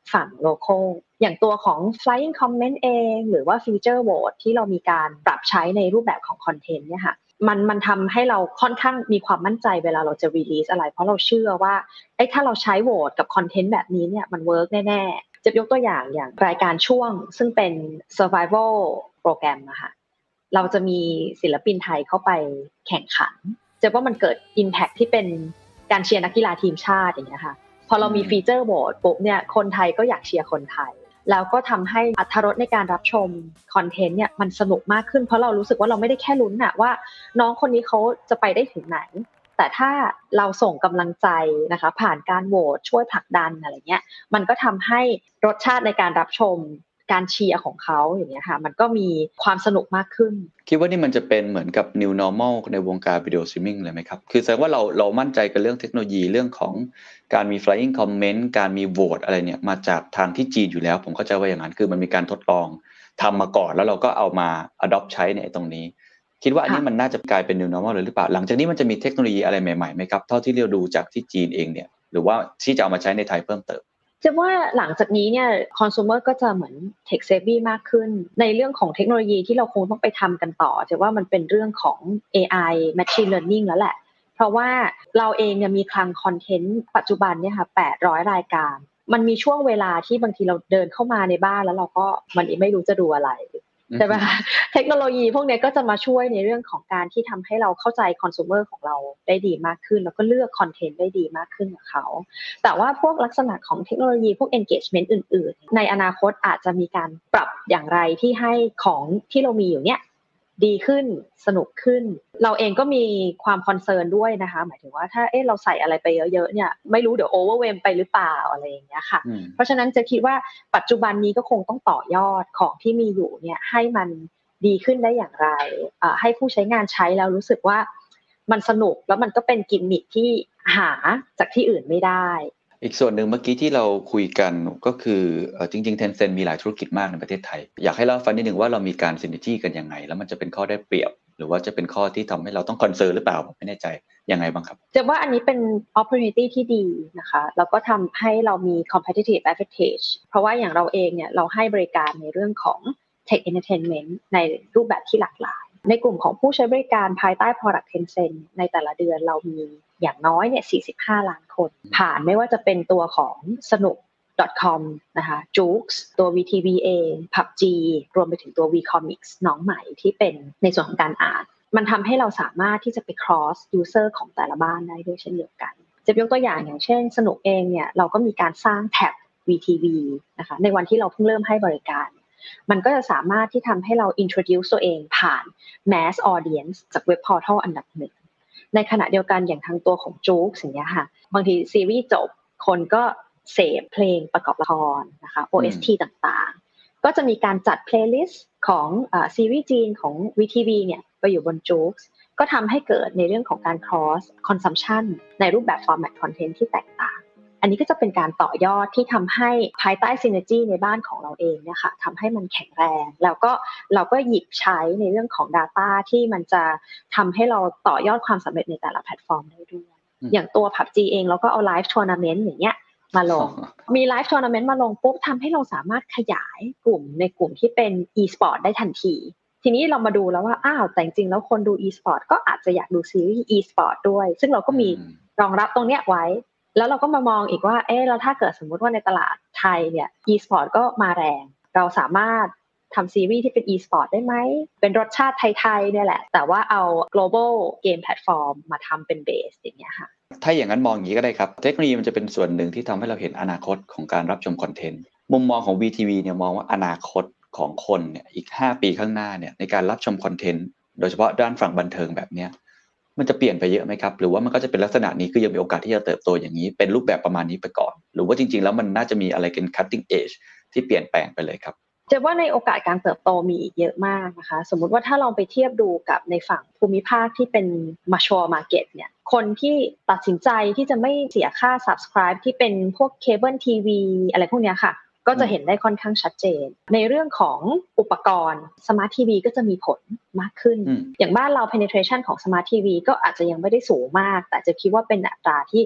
ฝั่ง local อย่างตัวของ flying comment เองหรือว่า feature vote ที่เรามีการปรับใช้ในรูปแบบของ content เนี่ยค่ะมันทำให้เราค่อนข้างมีความมั่นใจเวลาเราจะ release อะไรเพราะเราเชื่อว่าถ้าเราใช้โหวตกับคอนเทนต์แบบนี้เนี่ยมันเวิร์กแน่ๆจะยกตัวอย่างรายการช่วงซึ่งเป็น survival โปรแกรมนะคะเราจะมีศิลปินไทยเข้าไปแข่งขันจะว่ามันเกิด impact ที่เป็นการเชียร์นักกีฬาทีมชาติอย่างเงี้ยค่ะพอเรามีฟีเจอร์โหวตปุ๊บเนี่ยคนไทยก็อยากเชียร์คนไทยแล้วก็ทำให้อรรถรสในการรับชมคอนเทนต์เนี่ยมันสนุกมากขึ้นเพราะเรารู้สึกว่าเราไม่ได้แค่ลุ้นน่ะว่าน้องคนนี้เขาจะไปได้ถึงไหนแต่ถ้าเราส่งกำลังใจนะคะผ่านการโหวตช่วยผลักดันอะไรเงี้ยมันก็ทำให้รสชาติในการรับชมการเชียร์ของเขาอย่างเงี้ยค่ะมันก็มีความสนุกมากขึ้นคิดว่านี่มันจะเป็นเหมือนกับ new normal ในวงการวิดีโอสตรีมมิ่งเลยไหมครับคือแสดงว่าเรามั่นใจกับเรื่องเทคโนโลยีเรื่องของการมี flying comment การมีโหวตอะไรเนี่ยมาจากทางที่จีนอยู่แล้วผมเข้าใจว่าอย่างนั้นคือมันมีการทดลองทำมาก่อนแล้วเราก็เอามา adopt ใช้ในตรงนี้คิดว่าอันนี้มันน่าจะกลายเป็น new normal เลยหรือเปล่าหลังจากนี้มันจะมีเทคโนโลยีอะไรใหม่ๆไหมครับเท่าที่เราดูจากที่จีนเองเนี่ยหรือว่าที่จะเอามาใช้ในไทยเพิ่มเติมจะว่าหลังจากนี้เนี่ยคอน sumer ก็จะเหมือน tech savvy มากขึ้นในเรื่องของเทคโนโลยีที่เราคงต้องไปทำกันต่อจะว่ามันเป็นเรื่องของ AI machine learning แล้วแหละเพราะว่าเราเองเนี่ยมีคลังคอนเทนต์ปัจจุบันเนี่ยค่ะ800รายการมันมีช่วงเวลาที่บางทีเราเดินเข้ามาในบ้านแล้วเราก็มันไม่รู้จะดูอะไรใช่ไหมคะเทคโนโลยีพวกนี้ก็จะมาช่วยในเรื่องของการที่ทำให้เราเข้าใจคอน sumer ของเราได้ดีมากขึ้นแล้วก็เลือกคอนเทนต์ได้ดีมากขึ้นกับเขาแต่ว่าพวกลักษณะของเทคโนโลยีพวก engagement อื่นๆในอนาคตอาจจะมีการปรับอย่างไรที่ให้ของที่เรามีอยู่เนี่ยดีขึ้นสนุกขึ้นเราเองก็มีความคอนเซิร์นด้วยนะคะหมายถึงว่าถ้าเราใส่อะไรไปเยอะๆเนี่ยไม่รู้เดี๋ยวโอเวอร์เวมไปหรือเปล่าอะไรอย่างเงี้ยค่ะเพราะฉะนั้นจะคิดว่าปัจจุบันนี้ก็คงต้องต่อยอดของที่มีอยู่เนี่ยให้มันดีขึ้นได้อย่างไรให้ผู้ใช้งานใช้แล้วรู้สึกว่ามันสนุกแล้วมันก็เป็นกิมมิคที่หาจากที่อื่นไม่ได้อีกส่วนหนึ่งเมื่อกี้ที่เราคุยกันก็คือจริงๆ Tencent มีหลายธุรกิจมากในประเทศไทยอยากให้เล่าฟังนิดนึงว่าเรามีการซินเนอร์จี้กันยังไงแล้วมันจะเป็นข้อได้เปรียบหรือว่าจะเป็นข้อที่ทำให้เราต้องคอนเซิร์นหรือเปล่าผมไม่แน่ใจยังไงบ้างครับจะว่าอันนี้เป็น opportunity ที่ดีนะคะแล้วก็ทำให้เรามี competitive advantage เพราะว่าอย่างเราเองเนี่ยเราให้บริการในเรื่องของ tech entertainment ในรูปแบบที่หลากหลายในกลุ่มของผู้ใช้บริการภายใต้ product Tencent ในแต่ละเดือนเรามีอย่างน้อยเนี่ย45ล้านคนผ่านไม่ว่าจะเป็นตัวของสนุก .com นะคะ Joox ตัว VTV เอง PUBG รวมไปถึงตัว VComics น้องใหม่ที่เป็นในส่วนของการอ่านมันทำให้เราสามารถที่จะไป cross user ของแต่ละบ้านได้ด้วยเช่นเดียวกันจะยกตัวอย่างเช่นสนุกเองเนี่ยเราก็มีการสร้างแท็บ VTV นะคะในวันที่เราเพิ่งเริ่มให้บริการมันก็จะสามารถที่ทำให้เรา introduce ตัวเองผ่าน mass audience จากเว็บ portal อันดับหนึ่งในขณะเดียวกันอย่างทางตัวของ Joox อย่างเงี้ยค่ะบางทีซีรีส์จบคนก็เสพเพลงประกอบละครนะคะ OST ต่างๆก็จะมีการจัด playlist ของซีรีส์จีนของ VTV เนี่ยไปอยู่บน Joox ก็ทำให้เกิดในเรื่องของการ cross consumption ในรูปแบบ format content ที่แตกต่างอันนี้ก็จะเป็นการต่อยอดที่ทำให้ภายใต้ synergy ในบ้านของเราเองเนี่ยค่ะทำให้มันแข็งแรงแล้วก็เราก็หยิบใช้ในเรื่องของ data ที่มันจะทำให้เราต่อยอดความสำเร็จในแต่ละแพลตฟอร์มได้ด้วยอย่างตัว PUBG เองเราก็เอา live tournament อย่างเงี้ยมาลงมี live tournament มาลงปุ๊บทำให้เราสามารถขยายกลุ่มในกลุ่มที่เป็น e-sport ได้ทันทีทีนี้เรามาดูแล้วว่าแต่จริงๆแล้วคนดู e-sport ก็อาจจะอยากดูซีรีส์ e-sport ด้วยซึ่งเราก็มีรองรับตรงเนี้ยไว้แล้วเราก็มามองอีกว่าแล้วถ้าเกิดสมมุติว่าในตลาดไทยเนี่ย e-sport ก็มาแรงเราสามารถทำซีรีส์ที่เป็น e-sport ได้ไหมเป็นรสชาติไทยๆเนี่ยแหละแต่ว่าเอา global game platform มาทำเป็นเบสอย่างเงี้ยค่ะถ้าอย่างนั้นมองอย่างนี้ก็ได้ครับเทคโนโลยีมันจะเป็นส่วนหนึ่งที่ทำให้เราเห็นอนาคตของการรับชมคอนเทนต์มุมมองของ VTV เนี่ยมองว่าอนาคตของคนเนี่ยอีก5ปีข้างหน้าเนี่ยในการรับชมคอนเทนต์โดยเฉพาะด้านฝั่งบันเทิงแบบเนี้ยมันจะเปลี่ยนไปเยอะไหมครับหรือว่ามันก็จะเป็นลักษณะนี้คือยังมีโอกาสที่จะเติบโตอย่างนี้เป็นรูปแบบประมาณนี้ไปก่อนหรือว่าจริงๆแล้วมันน่าจะมีอะไรเป็น cutting edge ที่เปลี่ยนแปลงไปเลยครับจะว่าในโอกาสการเติบโตมีอีกเยอะมากนะคะสมมุติว่าถ้าลองไปเทียบดูกับในฝั่งภูมิภาคที่เป็น mature market เนี่ยคนที่ตัดสินใจที่จะไม่เสียค่า subscribe ที่เป็นพวกเคเบิลทีวีอะไรพวกนี้ค่ะก็จะเห็นได้ค่อนข้างชัดเจนในเรื่องของอุปกรณ์ Smart TV ก็จะมีผลมากขึ้นอย่างบ้านเรา penetration ของ Smart TV ก็อาจจะยังไม่ได้สูงมากแต่จะคิดว่าเป็นอัตราที่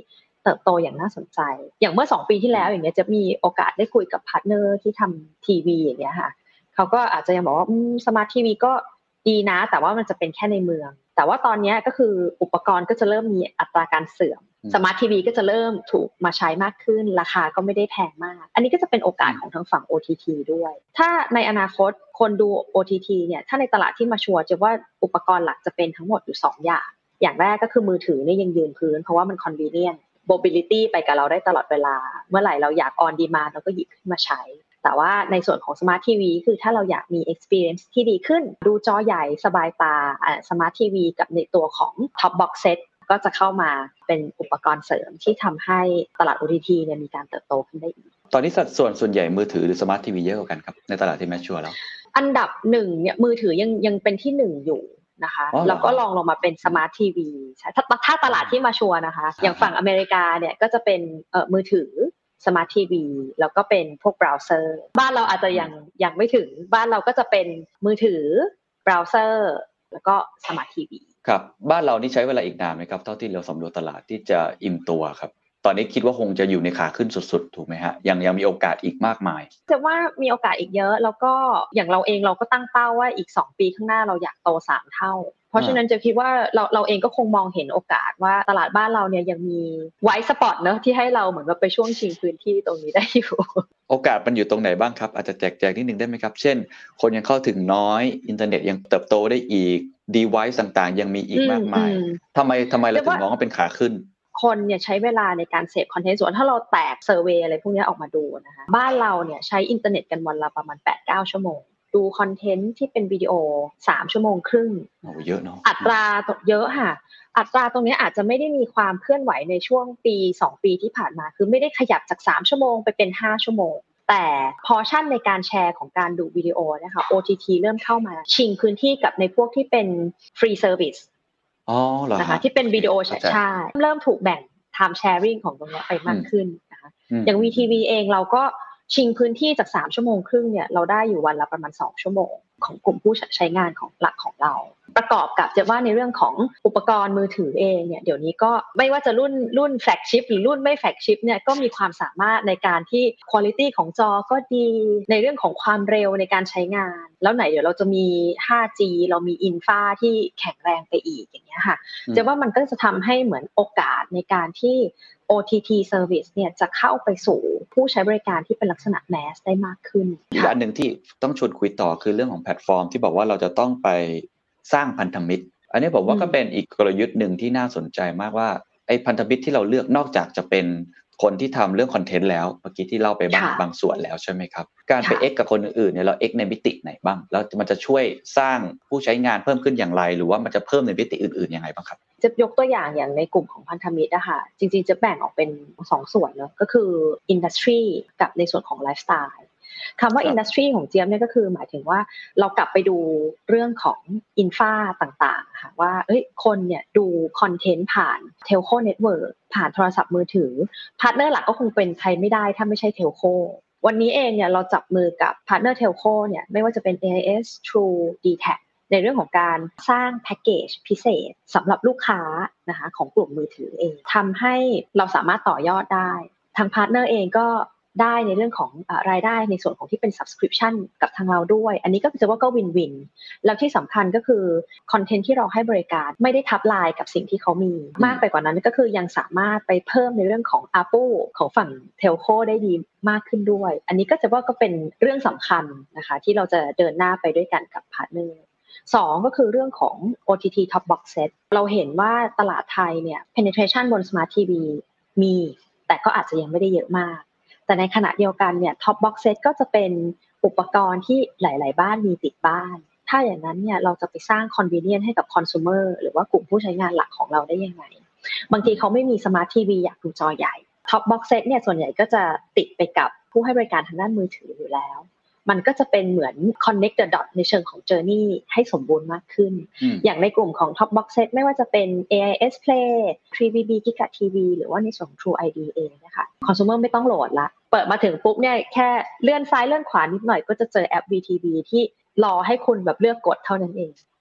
เติบโตอย่างน่าสนใจอย่างเมื่อ2ปีที่แล้วอย่างเงี้ยจะมีโอกาสได้คุยกับพาร์ทเนอร์ที่ทำทีวีอย่างเงี้ยค่ะเขาก็อาจจะยังบอกว่าสมาร์ททีวีก็ดีนะแต่ว่ามันจะเป็นแค่ในเมืองแต่ว่าตอนนี้ก็คืออุปกรณ์ก็จะเริ่มมีอัตราการเสื่อมสมาร์ททีวีก็จะเริ่มถูกมาใช้มากขึ้นราคาก็ไม่ได้แพงมากอันนี้ก็จะเป็นโอกาสของทางฝั่ง OTT ด้วยถ้าในอนาคตคนดู OTT เนี่ยถ้าในตลาดที่มาชัวร์จะว่าอุปกรณ์หลักจะเป็นทั้งหมดอยู่2อย่างแรกก็คือมือถือเนี่ยยังยืนพื้นเพราะว่ามัน convenient mobility ไปกับเราได้ตลอดเวลาเมื่อไหร่เราอยาก on demand เราก็หยิบขึ้นมาใช้แต่ว่าในส่วนของ Smart TV คือถ้าเราอยากมี experience ที่ดีขึ้นดูจอใหญ่สบายตาSmart TV กับในตัวของ Top Box Set ก็จะเข้ามาเป็นอุปกรณ์เสริมที่ทำให้ตลาด OTT เนี่ยมีการเติบโตขึ้นได้อีกตอนนี้สัดส่วนใหญ่มือถือหรือ Smart TV เยอะกว่ากันครับในตลาดที่แมชชัวร์แล้วอันดับ1เนี่ยมือถือยังเป็นที่1อยู่นะคะแล้วก็ลงมาเป็น Smart TV ใช่ถ้าตลาดที่มาชัวร์นะคะอย่างฝั่งอเมริกาเนี่ยก็จะเป็นมือถือSmart TV แล้วก็เป็นพวกเบราว์เซอร์บ้านเราอาจจะยังไม่ถึงบ้านเราก็จะเป็นมือถือเบราว์เซอร์แล้วก็ Smart TV ครับบ้านเรานี่ใช้เวลาอีกนานไหมครับเท่าที่เราสำรวจตลาดที่จะอิ่มตัวครับตอนนี้คิดว่าคงจะอยู่ในขาขึ้นสุดๆถูกไหมฮะยังมีโอกาสอีกมากมายจะว่ามีโอกาสอีกเยอะแล้วก็อย่างเราเองเราก็ตั้งเป้าว่าอีก2ปีข้างหน้าเราอยากโต3เท่าเพราะฉะนั้นจะคิดว่าเราเองก็คงมองเห็นโอกาสว่าตลาดบ้านเราเนี่ยยังมีไวท์สปอตเนอะที่ให้เราเหมือนกับไปช่วงชิงพื้นที่ตรงนี้ได้อยู่โอกาสมันอยู่ตรงไหนบ้างครับอาจจะแจกนิดนึงได้ไหมครับเช่นคนยังเข้าถึงน้อยอินเทอร์เน็ตยังเติบโตได้อีก device ต่างๆยังมีอีกมากมายทำไมเราถึงมองว่าเป็นขาขึ้นคนเนี่ยใช้เวลาในการเสพคอนเทนต์ส่วนถ้าเราแตกเซอร์เวย์อะไรพวกนี้ออกมาดูนะคะบ้านเราเนี่ยใช้อินเทอร์เน็ตกันวันละประมาณ 8-9 ชั่วโมงดูคอนเทนต์ที่เป็นวิดีโอ3 ชั่วโมงครึ่งโอ้เยอะเนาะอัตราเยอะค่ะอัตราตรงนี้อาจจะไม่ได้มีความเคลื่อนไหวในช่วงปี2ปีที่ผ่านมาคือไม่ได้ขยับจาก3ชั่วโมงไปเป็น5ชั่วโมงแต่พอชั่นในการแชร์ของการดูวิดีโอนะคะ OTT เริ่มเข้ามาชิงพื้นที่กับในพวกที่เป็นฟรีเซอร์วิสนะคะที่เป็นวิดีโอใช่เริ่มถูกแบ่งtime sharing ของตรงนี้ไปมากขึ้นนะคะอย่าง VTV เองเราก็ชิงพื้นที่จาก3ชั่วโมงครึ่งเนี่ยเราได้อยู่วันละประมาณ2ชั่วโมงของกลุ่มผู้ใช้งานของหลักของเราประกอบกับจะว่าในเรื่องของอุปกรณ์มือถือเองเนี่ยเดี๋ยวนี้ก็ไม่ว่าจะรุ่นแฟลกชิพหรือรุ่นไม่แฟลกชิพเนี่ยก็มีความสามารถในการที่ควอลิตี้ของจอก็ดีในเรื่องของความเร็วในการใช้งานแล้วไหนเดี๋ยวเราจะมี 5G เรามีอินฟาที่แข็งแรงไปอีกอย่างเงี้ยค่ะจะว่ามันก็จะทำให้เหมือนโอกาสในการที่OTT service เนี่ยจะเข้าไปสู่ผู้ใช้บริการที่เป็นลักษณะแมสได้มากขึ้นอีกอันหนึ่งที่ต้องชวนคุยต่อคือเรื่องของแพลตฟอร์มที่บอกว่าเราจะต้องไปสร้างพันธมิตรอันนี้ผมว่าก็เป็นอีกกลยุทธ์หนึ่งที่น่าสนใจมากว่าไอ้พันธมิตรที่เราเลือกนอกจากจะเป็นคนที่ทำเรื่องคอนเทนต์แล้วเมื่อกี้ที่เล่าไปบางส่วนแล้วใช่ไหมครับการไป X กับคนอื่นๆเนี่ยเรา X ในมิติไหนบ้างแล้วมันจะช่วยสร้างผู้ใช้งานเพิ่มขึ้นอย่างไรหรือว่ามันจะเพิ่มในมิติอื่นๆยังไงบ้างครับจะยกตัวอย่างในกลุ่มของพันธมิตรนะคะจริงๆจะแบ่งออกเป็น2ส่วนเนาะก็คือ industry กับในส่วนของ lifestyle คำว่า industry ของเจี๊ยบเนี่ยก็คือหมายถึงว่าเรากลับไปดูเรื่องของ infra ต่างๆค่ะว่าคนเนี่ยดูคอนเทนต์ผ่าน telco network ผ่านโทรศัพท์มือถือพาร์ทเนอร์หลักก็คงเป็นใครไม่ได้ถ้าไม่ใช่ telco วันนี้เองเนี่ยเราจับมือกับพาร์ทเนอร์ telco เนี่ยไม่ว่าจะเป็น AIS True DTACในเรื่องของการสร้างแพ็กเกจพิเศษสำหรับลูกค้านะคะของกลุ่มมือถือเองทำให้เราสามารถต่อยอดได้ทางพาร์ทเนอร์เองก็ได้ในเรื่องของรายได้ในส่วนของที่เป็น subscription กับทางเราด้วยอันนี้ก็จะว่าก็วินวินแล้วที่สำคัญก็คือคอนเทนต์ที่เราให้บริการไม่ได้ทับลายกับสิ่งที่เขามีมากไปกว่านั้นก็คือยังสามารถไปเพิ่มในเรื่องของ ARPU ของฝั่ง Telco ได้ดีมากขึ้นด้วยอันนี้ก็จะว่าก็เป็นเรื่องสำคัญนะคะที่เราจะเดินหน้าไปด้วยกันกับพาร์ทเนอร์2ก็คือเรื่องของ OTT Top Box Set เราเห็นว่าตลาดไทยเนี่ย penetration บน Smart TV มีแต่ก็อาจจะยังไม่ได้เยอะมากแต่ในขณะเดียวกันเนี่ย Top Box Set ก็จะเป็นอุปกรณ์ที่หลายๆบ้านมีติดบ้านถ้าอย่างนั้นเนี่ยเราจะไปสร้าง convenience ให้กับ consumer หรือว่ากลุ่มผู้ใช้งานหลักของเราได้ยังไงบางทีเขาไม่มี Smart TV อยากดูจอใหญ่ Top Box Set เนี่ยส่วนใหญ่ก็จะติดไปกับผู้ให้บริการทางด้านมือถืออยู่แล้วมันก็จะเป็นเหมือน connect the dot ในเชิงของ journey ให้สมบูรณ์มากขึ้นอย่างในกลุ่มของ Top Box Set ไม่ว่าจะเป็น AIS Play 3BB Giga TV หรือว่าในส่วนของ True ID เองนะคะ consumer ไม่ต้องโหลดละเปิดมาถึงปุ๊บเนี่ยแค่เลื่อนซ้ายเลื่อนขวานิดหน่อยก็จะเจอแอป VTV ที่รอให้คุณแบบเลือกกดเท่านั้นเอง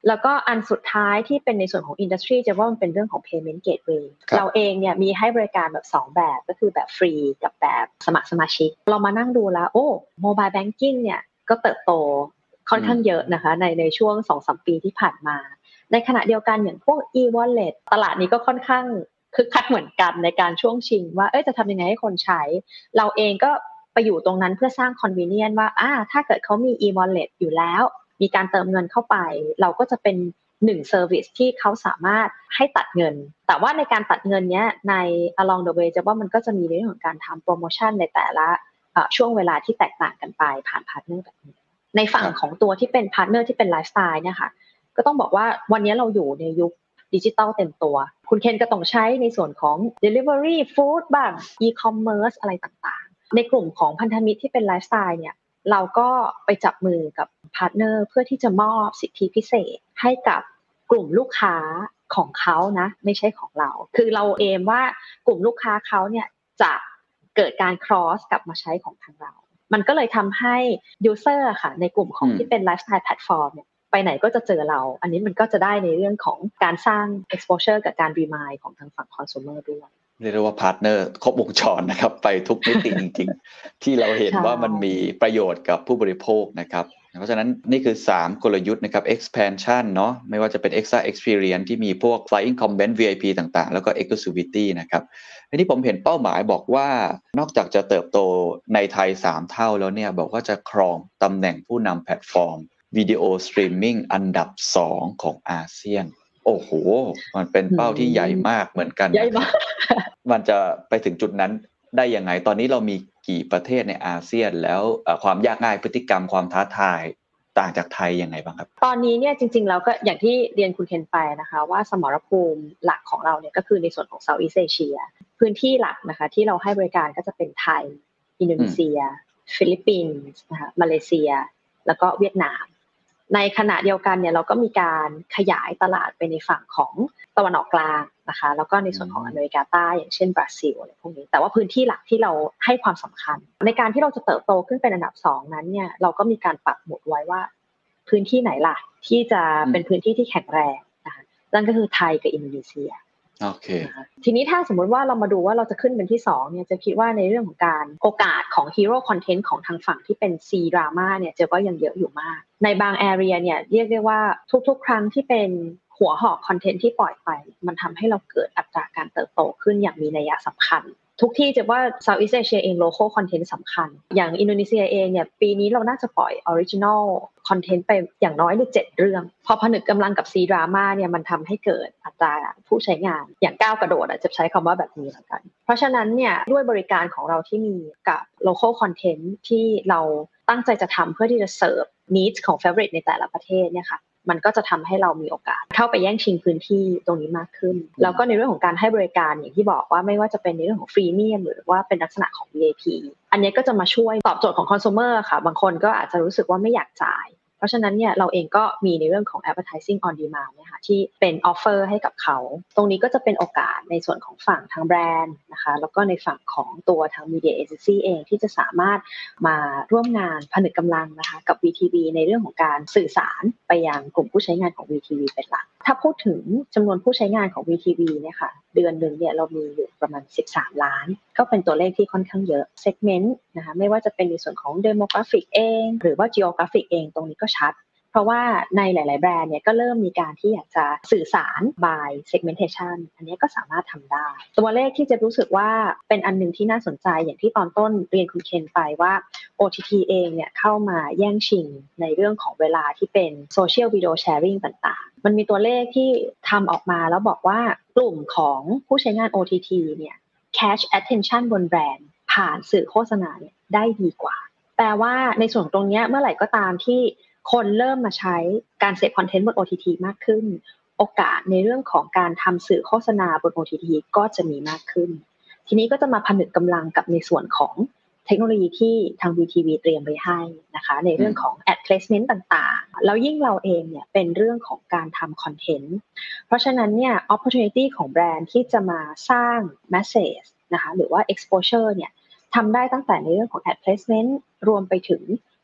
แล้วก็อันสุดท้ายที่เป็นในส่วนของ industry จะว่ามันเป็นเรื่องของ payment gateway เราเองเนี่ยมีให้บริการแบบ2แบบก็คือแบบฟรีกับแบบสมัครสมาชิกเรามานั่งดูแล้วmobile banking เนี่ยก็เติบโตค่อนข้างเยอะนะคะในช่วง 2-3 ปีที่ผ่านมาในขณะเดียวกันอย่างพวก e-wallet ตลาดนี้ก็ค่อนข้างคึกคักเหมือนกันในการช่วงชิงว่าจะทำยังไงให้คนใช้เราเองก็ไปอยู่ตรงนั้นเพื่อสร้าง convenience ว่าถ้าเกิดเขามี e-wallet อยู่แล้วมีการเติมเงินเข้าไปเราก็จะเป็น1 service ที่เขาสามารถให้ตัดเงินแต่ว่าในการตัดเงินเนี้ยใน along the way จะว่ามันก็จะมีในเรื่องของการทำโปรโมชั่นในแต่ละช่วงเวลาที่แตกต่างกันไปผ่านพาร์ทเนอร์แบบนี้ในฝั่งของตัวที่เป็นพาร์ทเนอร์ที่เป็นไลฟ์สไตล์เนี่ยค่ะก็ต้องบอกว่าวันนี้เราอยู่ในยุคดิจิทัลเต็มตัวคุณเคนก็ต้องใช้ในส่วนของ delivery food บ้าง e-commerce อะไรต่างๆในกลุ่มของพันธมิตรที่เป็นไลฟ์สไตล์เนี่ยเราก็ไปจับมือกับพาร์ทเนอร์เพื่อที่จะมอบสิทธิพิเศษให้กับกลุ่มลูกค้าของเขานะไม่ใช่ของเราคือเราเอมว่ากลุ่มลูกค้าเขาเนี่ยจะเกิดการ cross กลับมาใช้ของทางเรามันก็เลยทำให้ user ค่ะในกลุ่มของที่เป็น lifestyle platform เนี่ยไปไหนก็จะเจอเราอันนี้มันก็จะได้ในเรื่องของการสร้าง exposure กับการ remind ของทางฝั่ง consumer ด้วยเรียกว่าพาร์ทเนอร์ครบวงจรนะครับไปทุกมิติจริงๆที่เราเห็นว่ามันมีประโยชน์กับผู้บริโภคนะครับเพราะฉะนั้นนี่คือ3กลยุทธ์นะครับ expansion เนาะไม่ว่าจะเป็น extra experience ที่มีพวก flying comment VIP ต่างๆแล้วก็ exclusivity นะครับทีนี้ผมเห็นเป้าหมายบอกว่านอกจากจะเติบโตในไทย3เท่าแล้วเนี่ยบอกว่าจะครองตำแหน่งผู้นำแพลตฟอร์มวิดีโอสตรีมมิ่งอันดับ2ของอาเซียนโอ้โหมันเป็นเป้าที่ใหญ่มากเหมือนกันใหญ่มากมันจะไปถึงจุดนั้นได้ยังไงตอนนี้เรามีกี่ประเทศในอาเซียนแล้วความยากง่ายพฤติกรรมความท้าทายต่างจากไทยยังไงบ้างครับตอนนี้เนี่ยจริงๆแล้วก็อย่างที่เรียนคุณเคนไปนะคะว่าสมรภูมิหลักของเราเนี่ยก็คือในส่วนของ Southeast Asia พื้นที่หลักนะคะที่เราให้บริการก็จะเป็นไทยอินโดนีเซียฟิลิปปินส์นะคะมาเลเซียแล้วก็เวียดนามในขณะเดียวกันเนี่ยเราก็มีการขยายตลาดไปในฝั่งของตะวันออกกลางนะคะแล้วก็ในส่วนของอเมริกาใต้อย่างเช่นบราซิลอะไรพวกนี้แต่ว่าพื้นที่หลักที่เราให้ความสำคัญในการที่เราจะเติบโตขึ้นเป็นอันดับ2นั้นเนี่ยเราก็มีการปักหมุดไว้ว่าพื้นที่ไหนล่ะที่จะเป็นพื้นที่ที่แข็งแรงนะคะนั่นก็คือไทยกับอินโดนีเซียโอเคทีนี้ถ้าสมมุติว่าเรามาดูว่าเราจะขึ้นเป็นที่2เนี่ยจะคิดว่าในเรื่องของการโอกาสของฮีโร่คอนเทนต์ของทางฝั่งที่เป็น C drama เนี่ยจะก็ยังเยอะอยู่มากในบางแอเรียเนี่ยเรียกได้ว่าทุกๆครั้งที่เป็นหัวหอกคอนเทนต์ที่ปล่อยไปมันทำให้เราเกิดอัตราการเติบโตขึ้นอย่างมีนัยสำคัญทุกที่จะว่า Southeast Asia เอง local content สำคัญอย่างอินโดนีเซียเองเนี่ยปีนี้เราน่าจะปล่อย original content ไปอย่างน้อย7เรื่องพอผนึกกำลังกับ C drama เนี่ยมันทำให้เกิดอัตราผู้ใช้งานอย่างก้าวกระโดดจะใช้คำว่าแบบนี้แล้วกันเพราะฉะนั้นเนี่ยด้วยบริการของเราที่มีกับ local content ที่เราตั้งใจจะทำเพื่อที่จะเสิร์ฟ needs ของ favorite ในแต่ละประเทศเนี่ยค่ะมันก็จะทำให้เรามีโอกาสเข้าไปแย่งชิงพื้นที่ตรงนี้มากขึ้นแล้วก็ในเรื่องของการให้บริการอย่างที่บอกว่าไม่ว่าจะเป็นในเรื่องของฟรีเมียมหรือว่าเป็นลักษณะของ VIP อันนี้ก็จะมาช่วยตอบโจทย์ของคอน sumer ค่ะบางคนก็อาจจะรู้สึกว่าไม่อยากจ่ายเพราะฉะนั้นเนี่ยเราเองก็มีในเรื่องของ advertising on demand นะคะที่เป็น offer ให้กับเขาตรงนี้ก็จะเป็นโอกาสในส่วนของฝั่งทางแบรนด์นะคะแล้วก็ในฝั่งของตัวทาง media agency เองที่จะสามารถมาร่วมงานผนึกกำลังนะคะกับ VTV ในเรื่องของการสื่อสารไปยังกลุ่มผู้ใช้งานของ VTV เป็นหลักถ้าพูดถึงจำนวนผู้ใช้งานของ VTV เนี่ยค่ะเดือนนึงเนี่ยเรามีอยู่ประมาณ13ล้านก็เป็นตัวเลขที่ค่อนข้างเยอะ segment นะคะไม่ว่าจะเป็นในส่วนของ demographic เองหรือว่า geographic เองตรงนี้ก็ชัดเพราะว่าในหลายๆแบรนด์เนี่ยก็เริ่มมีการที่อยากจะสื่อสาร by segmentation อันนี้ก็สามารถทำได้ตัวเลขที่จะรู้สึกว่าเป็นอันนึงที่น่าสนใจอย่างที่ตอนต้นเรียนคุณเคนไปว่า OTT เองเนี่ยเข้ามาแย่งชิงในเรื่องของเวลาที่เป็น social video sharing ต่างๆมันมีตัวเลขที่ทำออกมาแล้วบอกว่ากลุ่มของผู้ใช้งาน OTT เนี่ย catch attention บนแบรนด์ผ่านสื่อโฆษณาเนี่ยได้ดีกว่าแปลว่าในส่วนตรงนี้เมื่อไหร่ก็ตามที่คนเริ่มมาใช้การเสพคอนเทนต์บน OTT มากขึ้นโอกาสในเรื่องของการทำสื่อโฆษณาบน OTT ก็จะมีมากขึ้นทีนี้ก็จะมาผนึกกำลังกับในส่วนของเทคโนโลยีที่ทาง VTV เตรียมไว้ให้นะคะในเรื่องของ ad placement ต่างๆแล้วยิ่งเราเองเนี่ยเป็นเรื่องของการทำคอนเทนต์เพราะฉะนั้นเนี่ย opportunity ของแบรนด์ที่จะมาสร้าง message นะคะหรือว่า exposure เนี่ยทำได้ตั้งแต่ในเรื่องของ ad placement รวมไปถึง